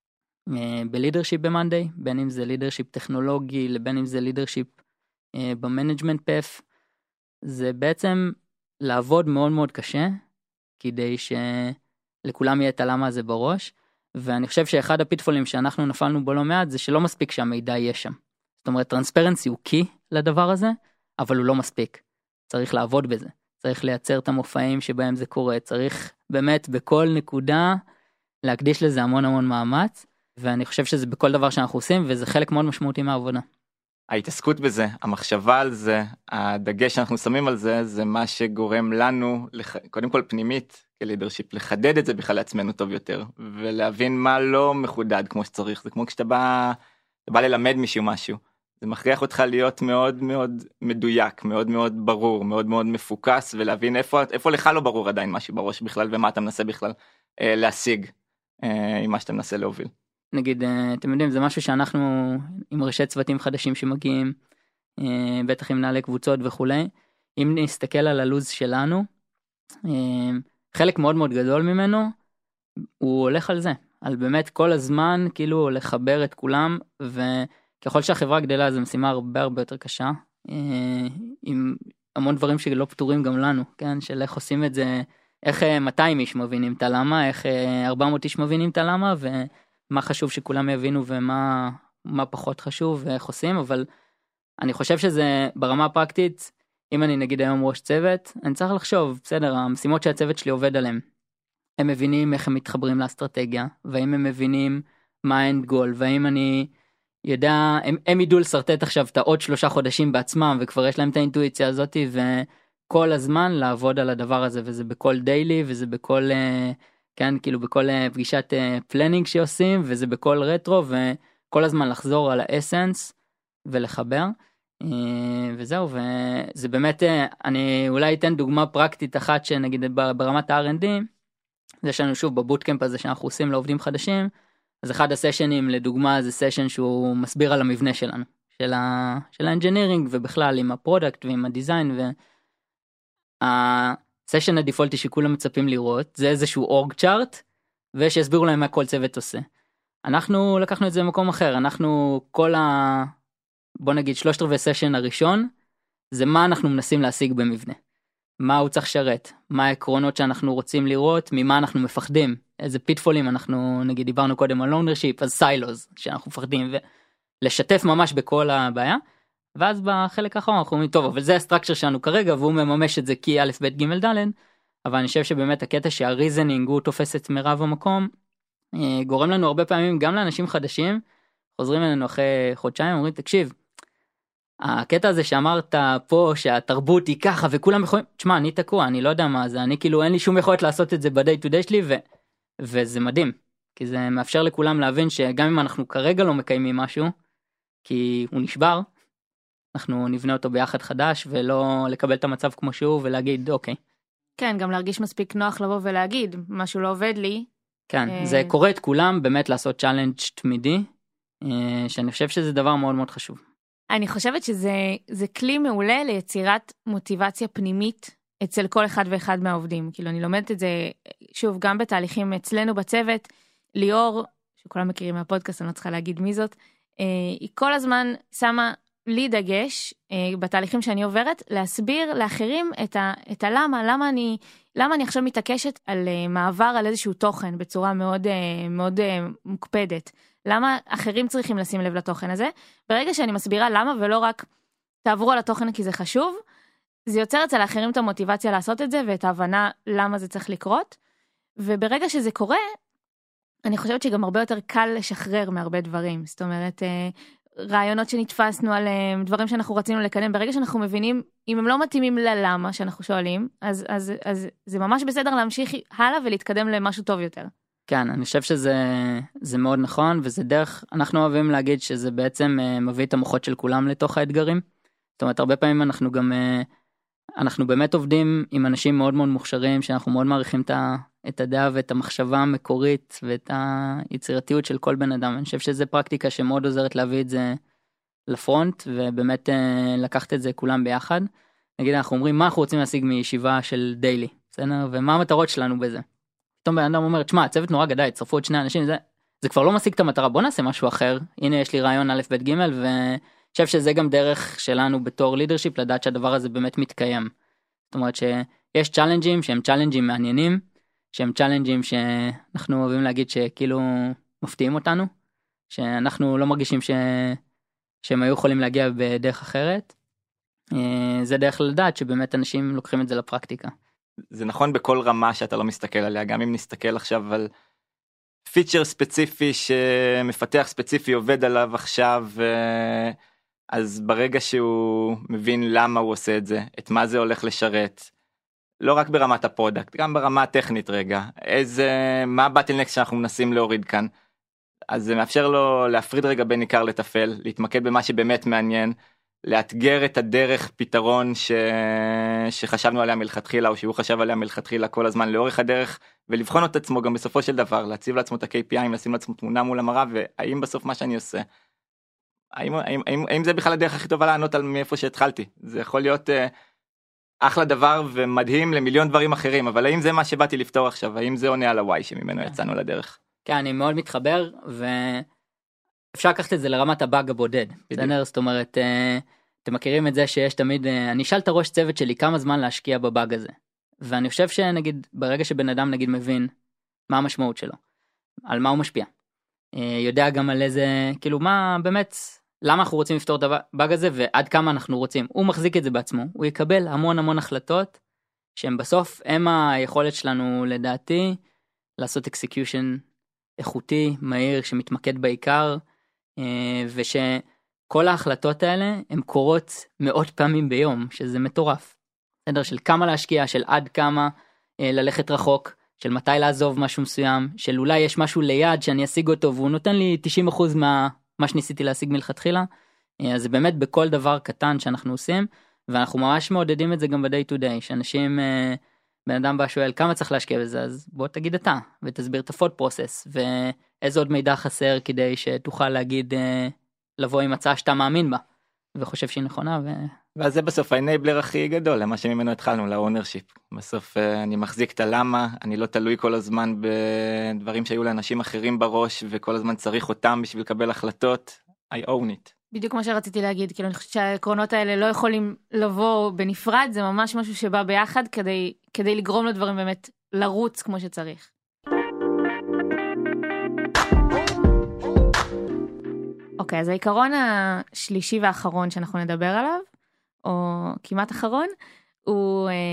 בלידרשיפ במאנדיי, בין אם זה לידרשיפ טכנולוגי, לבין אם זה לידרשיפ במנג'מנט פף, זה בעצם לעבוד מאוד מאוד קשה, כדי שלכולם יהיה את הלמה הזה בראש, ואני חושב שאחד הפיטפולים שאנחנו נפלנו בו לא מעט, זה שלא מספיק שהמידע יהיה שם. זאת אומרת, טרנספרנסי הוא קי לדבר הזה, אבל הוא לא מספיק. צריך לעבוד בזה. צריך לייצר את המופעים שבהם זה קורה. צריך באמת בכל נקודה להקדיש לזה המון המון מאמץ, ואני חושב שזה בכל דבר שאנחנו עושים, וזה חלק מאוד משמעותי מהעבודה. ההתעסקות בזה, המחשבה על זה, הדגש שאנחנו שמים על זה, זה מה שגורם לנו, קודם כל פנימית, כלידרשיפ, לחדד את זה בכלל לעצמנו טוב יותר, ולהבין מה לא מחודד כמו שצריך. זה כמו כשאתה בא ללמד מישהו משהו, זה מכריח אותך להיות מאוד מאוד מדויק, מאוד מאוד ברור, מאוד מאוד מפוקס, ולהבין איפה לך לא ברור עדיין משהו בראש בכלל, ומה אתה מנסה בכלל להשיג עם מה שאתה מנסה להוביל. נגיד, אתם יודעים, זה משהו שאנחנו עם ראשי צוותים חדשים שמגיעים, בטח עם מנהלי קבוצות וכולי, אם נסתכל על הלוז שלנו, חלק מאוד מאוד גדול ממנו, הוא הולך על זה, על באמת כל הזמן כאילו לחבר את כולם, וככל שהחברה גדלה זו משימה הרבה הרבה יותר קשה, עם המון דברים שלא פתורים גם לנו, כן, של איך עושים את זה, איך 200 איש מבינים את הלמה, איך 400 איש מבינים את הלמה, ומה חשוב שכולם יבינו ומה פחות חשוב ואיך עושים, אבל אני חושב שזה ברמה הפרקטית, אם אני נגיד היום ראש צוות, אני צריך לחשוב, בסדר, המשימות שהצוות שלי עובד עליהן, הם מבינים איך הם מתחברים לאסטרטגיה, והאם הם מבינים מה האנד גול, והאם אני יודע, הם ידעו לסרטט עכשיו את העוד 3 חודשים בעצמם, וכבר יש להם את האינטואיציה הזאת, וכל הזמן לעבוד על הדבר הזה, וזה בכל דיילי, וזה בכל, כן, כאילו בכל פגישת פלנינג שעושים, וזה בכל רטרו, וכל הזמן לחזור על האסנס, ולחבר. וזהו, וזה באמת, אני אולי אתן דוגמה פרקטית אחת שנגיד ברמת ה-R&D, זה שלנו שוב בבוטקמפ הזה שאנחנו עושים לעובדים חדשים, אז אחד הסשנים לדוגמה זה סשן שהוא מסביר על המבנה שלנו, של האנג'ינירינג ובכלל עם הפרודקט ועם הדיזיין, והסשן הדיפולטי שכולם מצפים לראות, זה איזשהו אורג צ'ארט, ושיסבירו להם מה כל צוות עושה. אנחנו לקחנו את זה במקום אחר, אנחנו בוא נגיד 3/4 סשן הראשון, זה מה אנחנו מנסים להשיג במבנה. מה הוא צריך לשרת, מה העקרונות שאנחנו רוצים לראות, ממה אנחנו מפחדים, איזה פיטפולים אנחנו, נגיד דיברנו קודם על אונרשיפ, אז סיילוז שאנחנו מפחדים, ולשתף ממש בכל הבעיה, ואז בחלק האחרון אנחנו אומרים, טוב, אבל זה הסטרקצ'ר שלנו כרגע, והוא מממש את זה כי א' ב' ג' ד', אבל אני חושב שבאמת הקטע שהריזנינג הוא תופס את מרב המקום, גורם לנו הרבה פעמים, גם לאנשים חדשים, חוזרים אלינו אחרי חודשיים, אומרים, תקשיב, הקטע הזה שאמרת פה שהתרבות היא ככה וכולם יכולים, תשמע, אני תקוע, אני לא יודע מה זה, אני כאילו אין לי שום יכולת לעשות את זה ב-day to day שלי, וזה מדהים, כי זה מאפשר לכולם להבין שגם אם אנחנו כרגע לא מקיימים משהו, כי הוא נשבר, אנחנו נבנה אותו ביחד חדש, ולא לקבל את המצב כמו שהוא ולהגיד, אוקיי. כן, גם להרגיש מספיק נוח לבוא ולהגיד, משהו לא עובד לי. כן, זה קורא את כולם באמת לעשות צ'אלנג' תמידי, שאני חושב שזה דבר מאוד מאוד חשוב. אני חושבת שזה כלי מעולה ליצירת מוטיבציה פנימית אצל כל אחד ואחד מהעובדים. כאילו אני לומדת את זה, שוב, גם בתהליכים אצלנו בצוות, ליאור, שכולם מכירים מהפודקאסט, אני לא צריכה להגיד מי זאת, היא כל הזמן שמה לי דגש בתהליכים שאני עוברת, להסביר לאחרים את הלמה, למה אני עכשיו מתעקשת על מעבר על איזשהו תוכן בצורה מאוד, מאוד מוקפדת. למה אחרים צריכים לשים לב לתוכן הזה? ברגע שאני מסבירה למה ולא רק תעברו על התוכן כי זה חשוב, זה יוצר אצל האחרים את המוטיבציה לעשות את זה ואת ההבנה למה זה צריך לקרות. וברגע שזה קורה, אני חושבת שגם הרבה יותר קל לשחרר מהרבה דברים. זאת אומרת, רעיונות שנתפסנו עליהם, דברים שאנחנו רצינו לקדם, ברגע שאנחנו מבינים, אם הם לא מתאימים ללמה שאנחנו שואלים, אז זה ממש בסדר להמשיך הלאה ולהתקדם למשהו טוב יותר. כן, אני חושב שזה מאוד נכון, וזה דרך, אנחנו אוהבים להגיד שזה בעצם מביא את המוחות של כולם לתוך האתגרים. זאת אומרת, הרבה פעמים אנחנו באמת עובדים עם אנשים מאוד מאוד מוכשרים, שאנחנו מאוד מעריכים את הדעה ואת המחשבה המקורית, ואת היצירתיות של כל בן אדם. אני חושב שזה פרקטיקה שמאוד עוזרת להביא את זה לפרונט, ובאמת לקחת את זה כולם ביחד. נגיד, אנחנו אומרים, מה אנחנו רוצים להשיג מישיבה של דיילי, בסדר? ומה המטרות שלנו בזה? פתאום בן אדם אומר, תשמע, הצוות נורא גדל, צרפו עוד שני אנשים, זה כבר לא משיג את המטרה, בוא נעשה משהו אחר. הנה יש לי רעיון א' ב' ג' ואני חושב שזה גם דרך שלנו בתור לידרשיפ, לדעת שהדבר הזה באמת מתקיים. זאת אומרת שיש צ'אלנג'ים שהם צ'אלנג'ים מעניינים, שהם צ'אלנג'ים שאנחנו אוהבים להגיד שכאילו מפתיעים אותנו, שאנחנו לא מרגישים שהם היו יכולים להגיע בדרך אחרת. זה דרך לדעת שבאמת אנשים לוקחים את זה לפרקטיקה. זה נכון בכל רמה שאתה לא מסתכל עליה, גם אם נסתכל עכשיו על פיצ'ר ספציפי שמפתח ספציפי עובד עליו עכשיו, אז ברגע שהוא מבין למה הוא עושה את זה, את מה זה הולך לשרת, לא רק ברמת הפרודקט, גם ברמה הטכנית רגע, מה הבטלנקס שאנחנו מנסים להוריד כאן, אז זה מאפשר לו להפריד רגע בין עיקר לטפל, להתמקד במה שבאמת מעניין, לאתגר את הדרך פתרון שחשבנו עליה מלכתחילה, או שהוא חשב עליה מלכתחילה כל הזמן לאורך הדרך, ולבחון את עצמו גם בסופו של דבר, להציב לעצמו את ה-KPI, לשים לעצמו תמונה מול המראה, והאם בסוף מה שאני עושה, האם זה בכלל הדרך הכי טובה לענות על מאיפה שהתחלתי? זה יכול להיות אחלה דבר ומדהים למיליון דברים אחרים, אבל האם זה מה שבאתי לפתור עכשיו? האם זה עונה על ה-Y שממנו יצאנו לדרך? כן, אני מאוד מתחבר, ואפשר לקחת את זה לרמת הבאג הבודד. זאת אומרת, אתם מכירים את זה שיש תמיד, אני אשאל את הראש צוות שלי כמה זמן להשקיע בבאג הזה. ואני חושב שנגיד, ברגע שבן אדם נגיד מבין מה המשמעות שלו, על מה הוא משפיע, יודע גם על איזה, כאילו מה באמת, למה אנחנו רוצים לפתור את הבאג הזה ועד כמה אנחנו רוצים. הוא מחזיק את זה בעצמו, הוא יקבל המון המון החלטות, שהם בסוף הם היכולת שלנו לדעתי, לעשות אקסקיושן איכותי, מהיר, שמתמקד בעיקר, ושכל ההחלטות האלה הן קורות מאות פעמים ביום, שזה מטורף. סדר של כמה להשקיע, של עד כמה ללכת רחוק, של מתי לעזוב משהו מסוים, של אולי יש משהו ליד שאני אשיג אותו, והוא נותן לי 90% מה שניסיתי להשיג מלכתחילה. אז זה באמת בכל דבר קטן שאנחנו עושים, ואנחנו ממש מעודדים את זה גם ב-day to day, שאנשים, בן אדם בא שואל כמה צריך להשקיע בזה, אז בוא תגיד אתה, ותסביר את ה-thought process, ואיזה עוד מידע חסר כדי שתוכל להגיד, לבוא עם הצעה שאתה מאמין בה, וחושב שהיא נכונה. ואז זה בסוף האנבלר הכי גדול, למה שממנו התחלנו, לאונרשיפ. בסוף אני מחזיק את הלמה, אני לא תלוי כל הזמן בדברים שהיו לאנשים אחרים בראש, וכל הזמן צריך אותם בשביל לקבל החלטות. I own it. בדיוק מה שרציתי להגיד, כאילו אני חושבת שהעקרונות האלה לא יכולים לבוא בנפרד, זה ממש משהו שבא ביחד כדי לגרום לדברים באמת לרוץ כמו שצריך. אוקיי, אז העיקרון השלישי והאחרון שאנחנו נדבר עליו, או כמעט אחרון,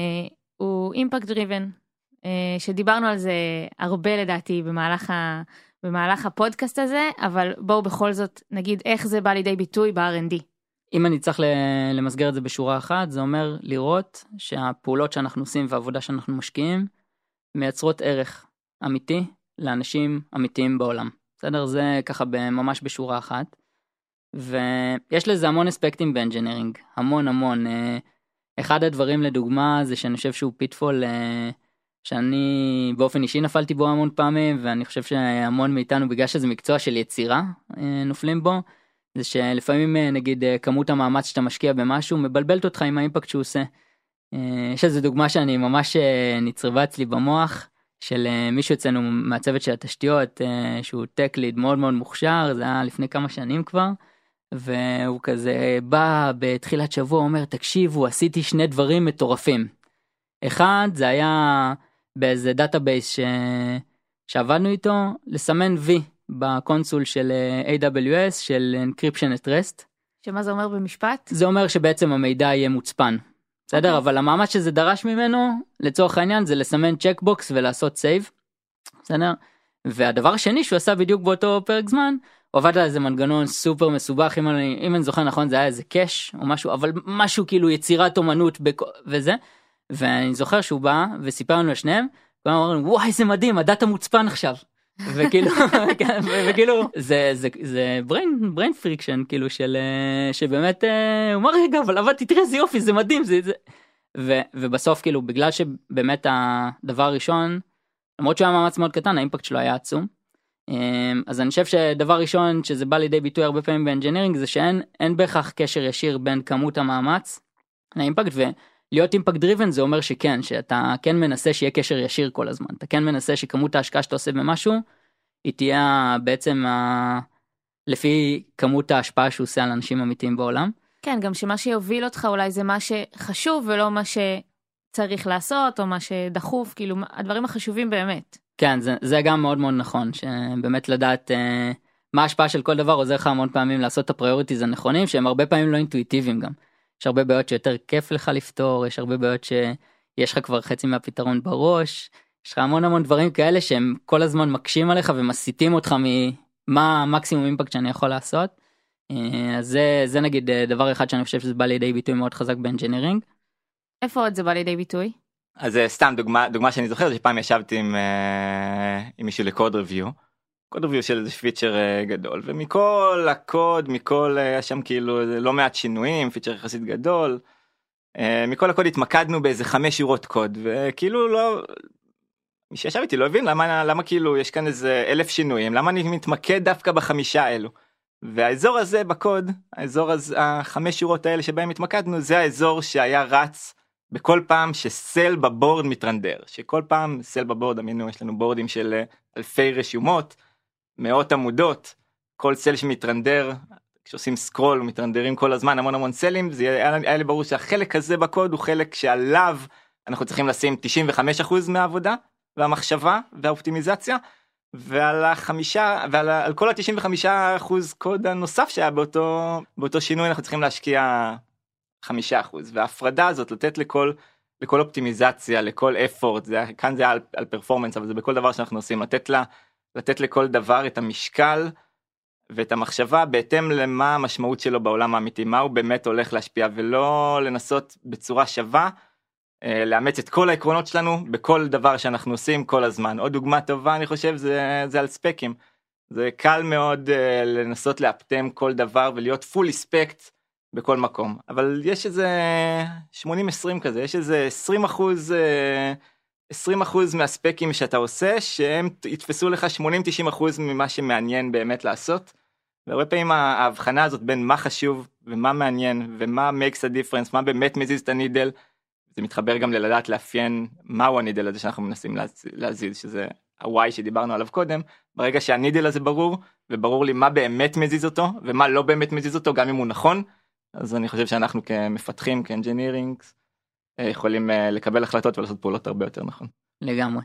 הוא impact driven, שדיברנו על זה הרבה לדעתי במהלך במהלך הפודקאסט הזה, אבל בואו בכל זאת נגיד איך זה בא לידי ביטוי ב-R&D. אם אני צריך למסגר את זה בשורה אחת, זה אומר לראות שהפעולות שאנחנו עושים והעבודה שאנחנו משקיעים, מייצרות ערך אמיתי לאנשים אמיתיים בעולם. בסדר? זה ככה ממש בשורה אחת. ויש לזה המון אספקטים באנג'ינירינג, המון. אחד הדברים לדוגמה זה שאני חושב שהוא פיטפול שאני באופן אישי נפלתי בו המון פעמים, ואני חושב שהמון מאיתנו בגלל שזה מקצוע של יצירה נופלים בו, זה שלפעמים נגיד כמות המאמץ שאתה משקיע במשהו מבלבלת אותך עם האימפקט שהוא עושה. יש איזו דוגמה שאני ממש נצרבה אצלי במוח, של מישהו אצלנו מהצוות של התשתיות, שהוא טק ליד מאוד מאוד מוכשר, זה היה לפני כמה שנים כבר, והוא כזה בא בתחילת שבוע, אומר תקשיבו עשיתי שני דברים מטורפים. אחד זה היה באיזה דאטאבייס שעבדנו איתו, לסמן V בקונסול של AWS של Encryption at Rest. שמה זה אומר במשפט? זה אומר שבעצם המידע יהיה מוצפן. בסדר? Okay. אבל המאמץ שזה דרש ממנו, לצורך העניין, זה לסמן צ'קבוקס ולעשות סייב. בסדר? והדבר השני שהוא עשה בדיוק באותו פרק זמן, הוא עבד על איזה מנגנון סופר מסובך, אם אני זוכר נכון זה היה איזה קש או משהו, אבל משהו כאילו יצירת אומנות וזה. ואני זוכר שהוא בא וסיפר לנו לשניהם, וכולם אמרו, וואי זה מדהים, הדאטה מוצפן עכשיו. וכאילו זה brain friction כאילו שבאמת הוא אמר רגע אבל עבדתי תראה זה יופי זה מדהים ובסוף כאילו בגלל שבאמת הדבר הראשון למרות שהוא היה מאמץ מאוד קטן האימפקט שלו היה עצום. אז אני חושב שדבר ראשון שזה בא לידי ביטוי הרבה פעמים באנג'ינירינג זה שאין בהכרח קשר ישיר בין כמות המאמץ לאימפקט, ולהיות אימפקט דריבן זה אומר שכן, שאתה כן מנסה שיהיה קשר ישיר כל הזמן, אתה כן מנסה שכמות ההשקעה שאתה עושה במשהו היא תהיה בעצם לפי כמות ההשפעה שהוא עושה על אנשים אמיתיים בעולם. כן, גם שמה שיוביל אותך אולי זה מה שחשוב ולא מה שצריך לעשות או מה שדחוף, כאילו הדברים החשובים באמת. כן, זה גם מאוד מאוד נכון, שבאמת לדעת מה ההשפעה של כל דבר עוזר לך המון פעמים לעשות את הפריוריטיז הנכונים, שהם הרבה פעמים לא אינטואיטיביים גם. יש הרבה בעיות שיותר כיף לך לפתור, יש הרבה בעיות שיש לך כבר חצי מהפתרון בראש, יש לך המון דברים כאלה שהם כל הזמן מקשים עליך ומסיתים אותך ממה המקסימום אימפקט שאני יכול לעשות. אז זה נגיד דבר אחד שאני חושב שזה בא לידי ביטוי מאוד חזק באנג'ינירינג. איפה עוד זה בא לידי ביטוי? אז סתם דוגמה שאני זוכר, שפעם ישבתי עם מישהו לקוד ריוויו, קוד ריוויו של איזה פיצ'ר גדול, ומכל הקוד, היה שם כאילו לא מעט שינויים, פיצ'ר יחסית גדול, מכל הקוד התמקדנו באיזה 5 שורות קוד, וכאילו לא, מי שישב איתי לא הבין למה כאילו יש כאן איזה 1000 שינויים, למה אני מתמקד דווקא ב5 האלו, והאזור הזה בקוד, האזור הזה, 5 שורות האלה שבהם התמקדנו, זה האזור שהיה רץ, בכל פעם שסל בבורד מתרנדר, שכל פעם סל בבורד, אמינו, יש לנו בורדים של אלפי רשומות, מאות עמודות, כל סל שמתרנדר, כשעושים סקרול ומתרנדרים כל הזמן המון סלים, זה היה לי ברור שהחלק הזה בקוד הוא חלק שעליו אנחנו צריכים לשים 95% מהעבודה, והמחשבה והאופטימיזיה, ועל כל ה-95% קוד הנוסף שהיה באותו שינוי אנחנו צריכים להשקיע 5%, וההפרדה הזאת לתת לכל אופטימיזציה, לכל אפורט, כאן זה על פרפורמנס, אבל זה בכל דבר שאנחנו עושים, לתת לכל דבר את המשקל ואת המחשבה בהתאם למה המשמעות שלו בעולם האמיתי, מה הוא באמת הולך להשפיע, ולא לנסות בצורה שווה, לאמץ את כל העקרונות שלנו בכל דבר שאנחנו עושים כל הזמן. עוד דוגמה טובה אני חושב זה על ספקים, זה קל מאוד לנסות לאפטם כל דבר ולהיות פול ספקט, בכל מקום, אבל יש איזה 80-20 כזה, יש איזה 20% מהספקים שאתה עושה, שהם יתפסו לך 80-90% ממה שמעניין באמת לעשות, והרבה פעמים ההבחנה הזאת בין מה חשוב ומה מעניין, ומה makes a difference, מה באמת מזיז את הנידל, זה מתחבר גם ללדעת לאפיין מהו הנידל הזה שאנחנו מנסים להזיז, שזה ה-Y שדיברנו עליו קודם, ברגע שהנידל הזה ברור, וברור לי מה באמת מזיז אותו, ומה לא באמת מזיז אותו, גם אם הוא נכון, אז אני חושב שאנחנו כמפתחים, כאנג'ינירינג, יכולים לקבל החלטות ולעשות פעולות הרבה יותר נכון. לגמרי.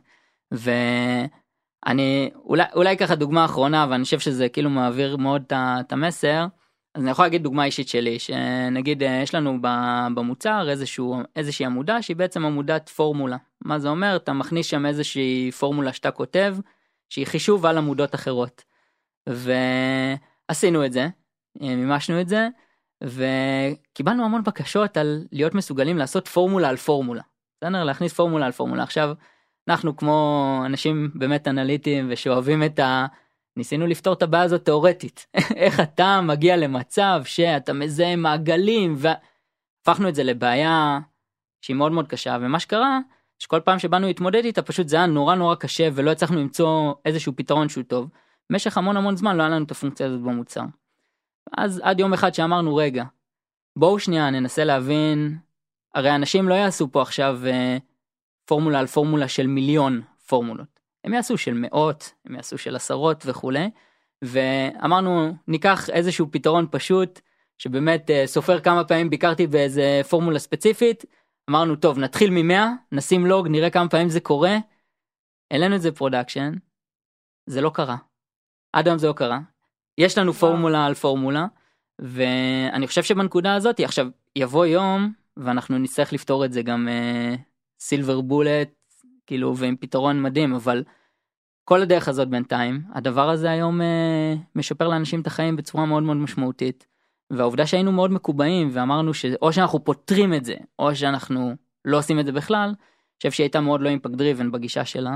ואני, אולי ככה דוגמה אחרונה, ואני חושב שזה כאילו מעביר מאוד את המסר, אז אני יכול להגיד דוגמה אישית שלי, שנגיד יש לנו במוצר איזושהי עמודה, שהיא בעצם עמודת פורמולה. מה זה אומר? אתה מכניס שם איזושהי פורמולה שאתה כותב, שהיא חישוב על עמודות אחרות. ועשינו את זה, מימשנו את זה, וקיבלנו המון בקשות על להיות מסוגלים לעשות פורמולה על פורמולה. בסדר? להכניס פורמולה על פורמולה. עכשיו, אנחנו כמו אנשים באמת אנליטיים ושאוהבים ניסינו לפתור את הבעיה הזאת תיאורטית. איך אתה מגיע למצב שאתה מזהה מעגלים, והפכנו את זה לבעיה שהיא מאוד מאוד קשה, ומה שקרה, שכל פעם שבאנו להתמודד איתה, פשוט זה היה נורא נורא קשה, ולא הצלחנו למצוא איזשהו פתרון שהוא טוב. במשך המון זמן לא היה לנו את הפונקציה הזאת במוצר. אז עד יום אחד שאמרנו, רגע, בואו שנייה ננסה להבין, הרי אנשים לא יעשו פה עכשיו פורמולה על פורמולה של מיליון פורמולות. הם יעשו של מאות, הם יעשו של עשרות וכו'. ואמרנו, ניקח איזשהו פתרון פשוט, שבאמת סופר כמה פעמים ביקרתי באיזה פורמולה ספציפית, אמרנו, טוב, נתחיל מ-100, נשים לוג, נראה כמה פעמים זה קורה, העלינו את זה פרודקשן, זה לא קרה. עד היום זה לא קרה. יש לנו פורמולה על פורמולה, ואני חושב שבנקודה הזאת, עכשיו, יבוא יום, ואנחנו נצטרך לפתור את זה גם סילבר בולט, כאילו, ועם פתרון מדהים, אבל כל הדרך הזאת בינתיים, הדבר הזה היום משפר לאנשים את החיים בצורה מאוד מאוד משמעותית, והעובדה שהיינו מאוד מקובעים, ואמרנו שאו שאנחנו פותרים את זה, או שאנחנו לא עושים את זה בכלל, אני חושב שהיא הייתה מאוד לא אימפקט דריבן בגישה שלה,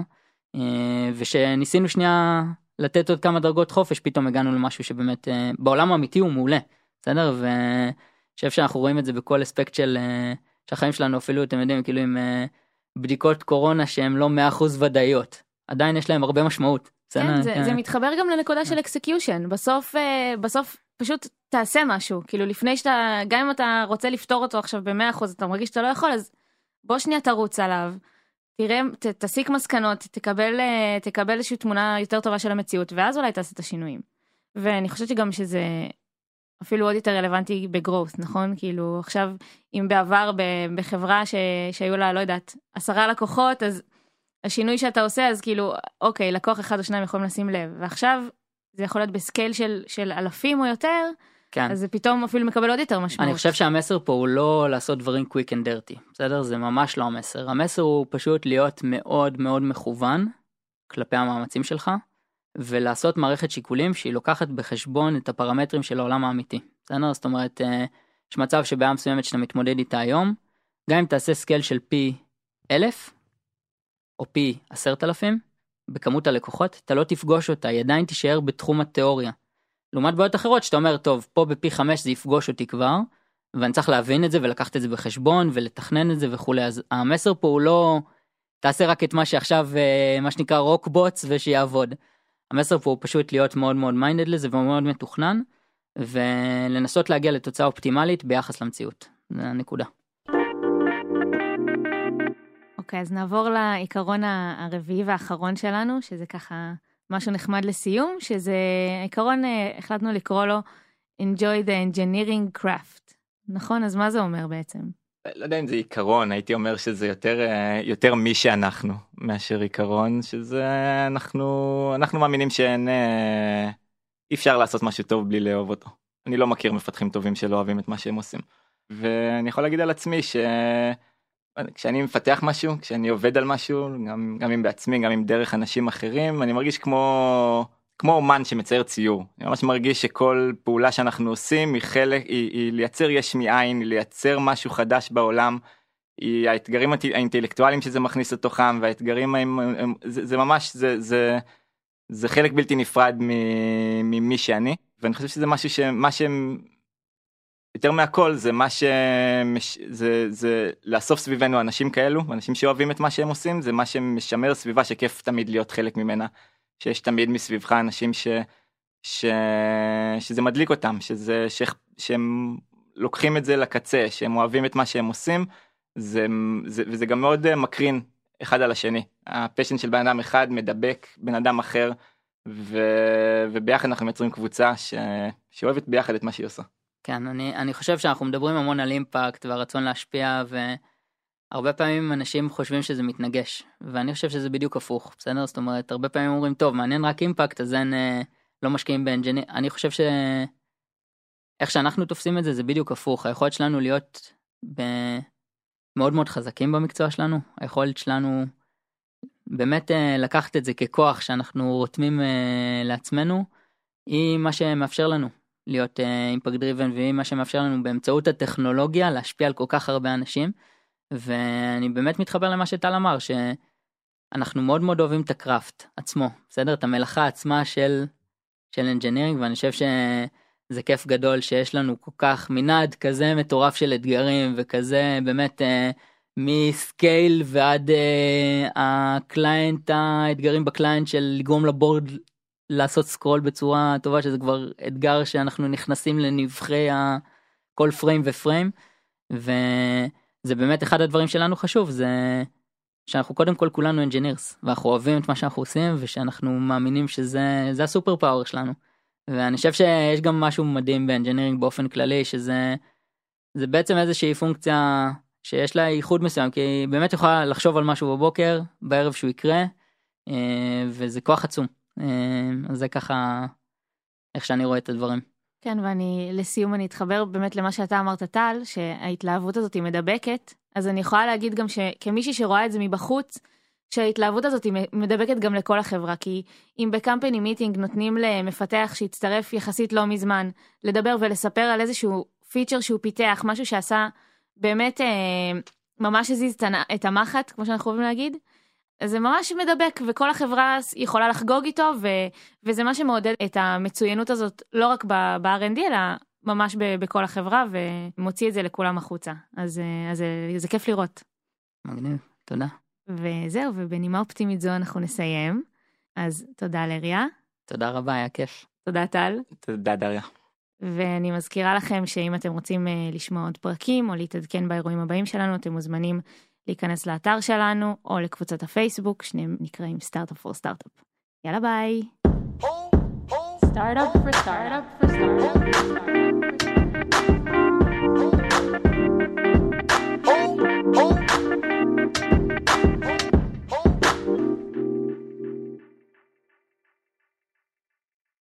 ושניסינו שנייה לתת עוד כמה דרגות חופש, פתאום הגענו למשהו שבאמת בעולם האמיתי הוא מעולה, בסדר? ואני חושב שאנחנו רואים את זה בכל אספקט של החיים שלנו, אפילו אתם יודעים, כאילו עם בדיקות קורונה שהן לא 100% ודאיות, עדיין יש להם הרבה משמעות. כן, זה מתחבר גם לנקודה של אקסקיושן, בסוף פשוט תעשה משהו, כאילו לפני שאתה, גם אם אתה רוצה לפתור אותו עכשיו ב100%, אתה מרגיש שאתה לא יכול, אז בוא שנייה תרוץ עליו, תראה, תסיק מסקנות, תקבל איזושהי תמונה יותר טובה של המציאות, ואז אולי תעשה את השינויים. ואני חושבת שגם שזה אפילו עוד יותר רלוונטי בגרוס, נכון? כאילו עכשיו, אם בעבר בחברה שהיו לה, לא יודעת, 10 לקוחות, אז השינוי שאתה עושה, אז כאילו, אוקיי, לקוח 1 או 2 יכולים לשים לב, ועכשיו זה יכול להיות בסקייל של אלפים או יותר, כן. אז זה פתאום אפילו מקבל עוד יותר משמעות. אני חושב שהמסר פה הוא לא לעשות דברים quick and dirty, בסדר? זה ממש לא המסר. המסר הוא פשוט להיות מאוד מאוד מכוון כלפי המאמצים שלך, ולעשות מערכת שיקולים שהיא לוקחת בחשבון את הפרמטרים של העולם האמיתי. בסדר? זאת אומרת, יש מצב שבעיה מסוימת שאתה מתמודד איתה היום, גם אם תעשה סקייל של פי 1000, או פי 10,000, בכמות הלקוחות, אתה לא תפגוש אותה, היא עדיין תישאר בתחום התיאוריה. לעומת בעיות אחרות, שאתה אומר, טוב, פה בפי 5 זה יפגוש אותי כבר, ואני צריך להבין את זה ולקחת את זה בחשבון, ולתכנן את זה וכו'. אז המסר פה הוא לא, תעשה רק את מה שעכשיו, מה שנקרא רוקבוטס, ושיעבוד. המסר פה הוא פשוט להיות מאוד מאוד מיינדד לזה, ומאוד מתוכנן, ולנסות להגיע לתוצאה אופטימלית ביחס למציאות. זה הנקודה. אוקיי, אז נעבור לעיקרון הרביעי והאחרון שלנו, שזה ככה משהו נחמד לסיום, שזה עיקרון, החלטנו לקרוא לו Enjoy the Engineering Craft. נכון? אז מה זה אומר בעצם? לא יודע אם זה עיקרון, הייתי אומר שזה יותר מי שאנחנו, מאשר עיקרון, שזה אנחנו מאמינים אי אפשר לעשות משהו טוב בלי לאהוב אותו. אני לא מכיר מפתחים טובים שלא אוהבים את מה שהם עושים. ואני יכול להגיד על עצמי כשאני מפתח משהו, כשאני עובד על משהו, גם אם בעצמי, גם אם דרך אנשים אחרים, אני מרגיש כמו אומן שמצייר ציור. אני ממש מרגיש שכל פעולה שאנחנו עושים היא לייצר יש מאין, היא לייצר משהו חדש בעולם, היא האתגרים האינטלקטואליים שזה מכניס לתוכם, והאתגרים זה ממש, זה חלק בלתי נפרד ממי שאני, ואני חושב שזה משהו יותר מהכל זה זה לאסוף סביבנו אנשים כאלו, אנשים שאוהבים את מה שהם עושים, זה מה שמשמר סביבה שכיף תמיד להיות חלק ממנה, שיש תמיד מסביבך אנשים שזה מדליק אותם, שהם לוקחים את זה לקצה, שהם אוהבים את מה שהם עושים, וזה גם מאוד מקרין אחד על השני. הפשן של בן אדם אחד מדבק בן אדם אחר, וביחד אנחנו מייצרים קבוצה שאוהבת ביחד את מה שהיא עושה. כן, אני חושב שאנחנו מדברים המון על אימפקט והרצון להשפיע, והרבה פעמים אנשים חושבים שזה מתנגש, ואני חושב שזה בדיוק הפוך, בסדר? זאת אומרת, הרבה פעמים אומרים, טוב, מעניין רק אימפקט, אז אין, לא משקיעים באנג'יניר. אני חושב איך שאנחנו תופסים את זה, זה בדיוק הפוך. היכולת שלנו להיות מאוד מאוד חזקים במקצוע שלנו, היכולת שלנו באמת לקחת את זה ככוח שאנחנו רותמים לעצמנו, היא מה שמאפשר לנו להיות אימפקט דריבן, והיא מה שמאפשר לנו באמצעות הטכנולוגיה להשפיע על כל כך הרבה אנשים, ואני באמת מתחבר למה שטל אמר, שאנחנו מאוד מאוד אוהבים את הקראפט עצמו, בסדר? את המלאכה עצמה של engineering, ואני חושב שזה כיף גדול שיש לנו כל כך מנעד כזה מטורף של אתגרים, וכזה באמת מסקייל ועד הקליינט, האתגרים בקליינט של לגרום לבורד לעשות סקרול בצורה טובה, שזה כבר אתגר שאנחנו נכנסים לנבחי כל פריים ופריים, וזה באמת אחד הדברים שלנו חשוב, זה שאנחנו קודם כל כולנו engineers, ואנחנו אוהבים את מה שאנחנו עושים, ושאנחנו מאמינים שזה הסופר פאוור שלנו, ואני חושב שיש גם משהו מדהים באנג'ינירינג באופן כללי, שזה בעצם איזושהי פונקציה שיש לה ייחוד מסוים, כי היא באמת יכולה לחשוב על משהו בבוקר, בערב שהוא יקרה, וזה כוח עצום. אז זה ככה איך שאני רואה את הדברים. כן, ואני לסיום אני אתחבר באמת למה שאתה אמרת טל, שההתלהבות הזאת היא מדבקת, אז אני יכולה להגיד גם שכמישהי שרואה את זה מבחוץ, שההתלהבות הזאת היא מדבקת גם לכל החברה, כי אם בקמפני מיטינג נותנים למפתח שהצטרף יחסית לא מזמן, לדבר ולספר על איזשהו פיצ'ר שהוא פיתח, משהו שעשה באמת ממש הזיז את המחט, כמו שאנחנו אוהבים להגיד, זה ממש מדבק, וכל החברה יכולה לחגוג איתו, וזה מה שמעודד את המצוינות הזאת, לא רק ב-R&D, אלא ממש בכל החברה, ומוציא את זה לכולם החוצה. אז זה כיף לראות. מגניב, תודה. וזהו, ובנימה אופטימית זו אנחנו נסיים. אז תודה לריה. תודה רבה, היה כיף. תודה טל. תודה דריה. ואני מזכירה לכם שאם אתם רוצים לשמוע עוד פרקים, או להתעדכן באירועים הבאים שלנו, אתם מוזמנים להיכנס לאתר שלנו, או לקבוצת הפייסבוק, שניהם נקראים Startup for Startup. יאללה ביי. Startup for Startup for Startup.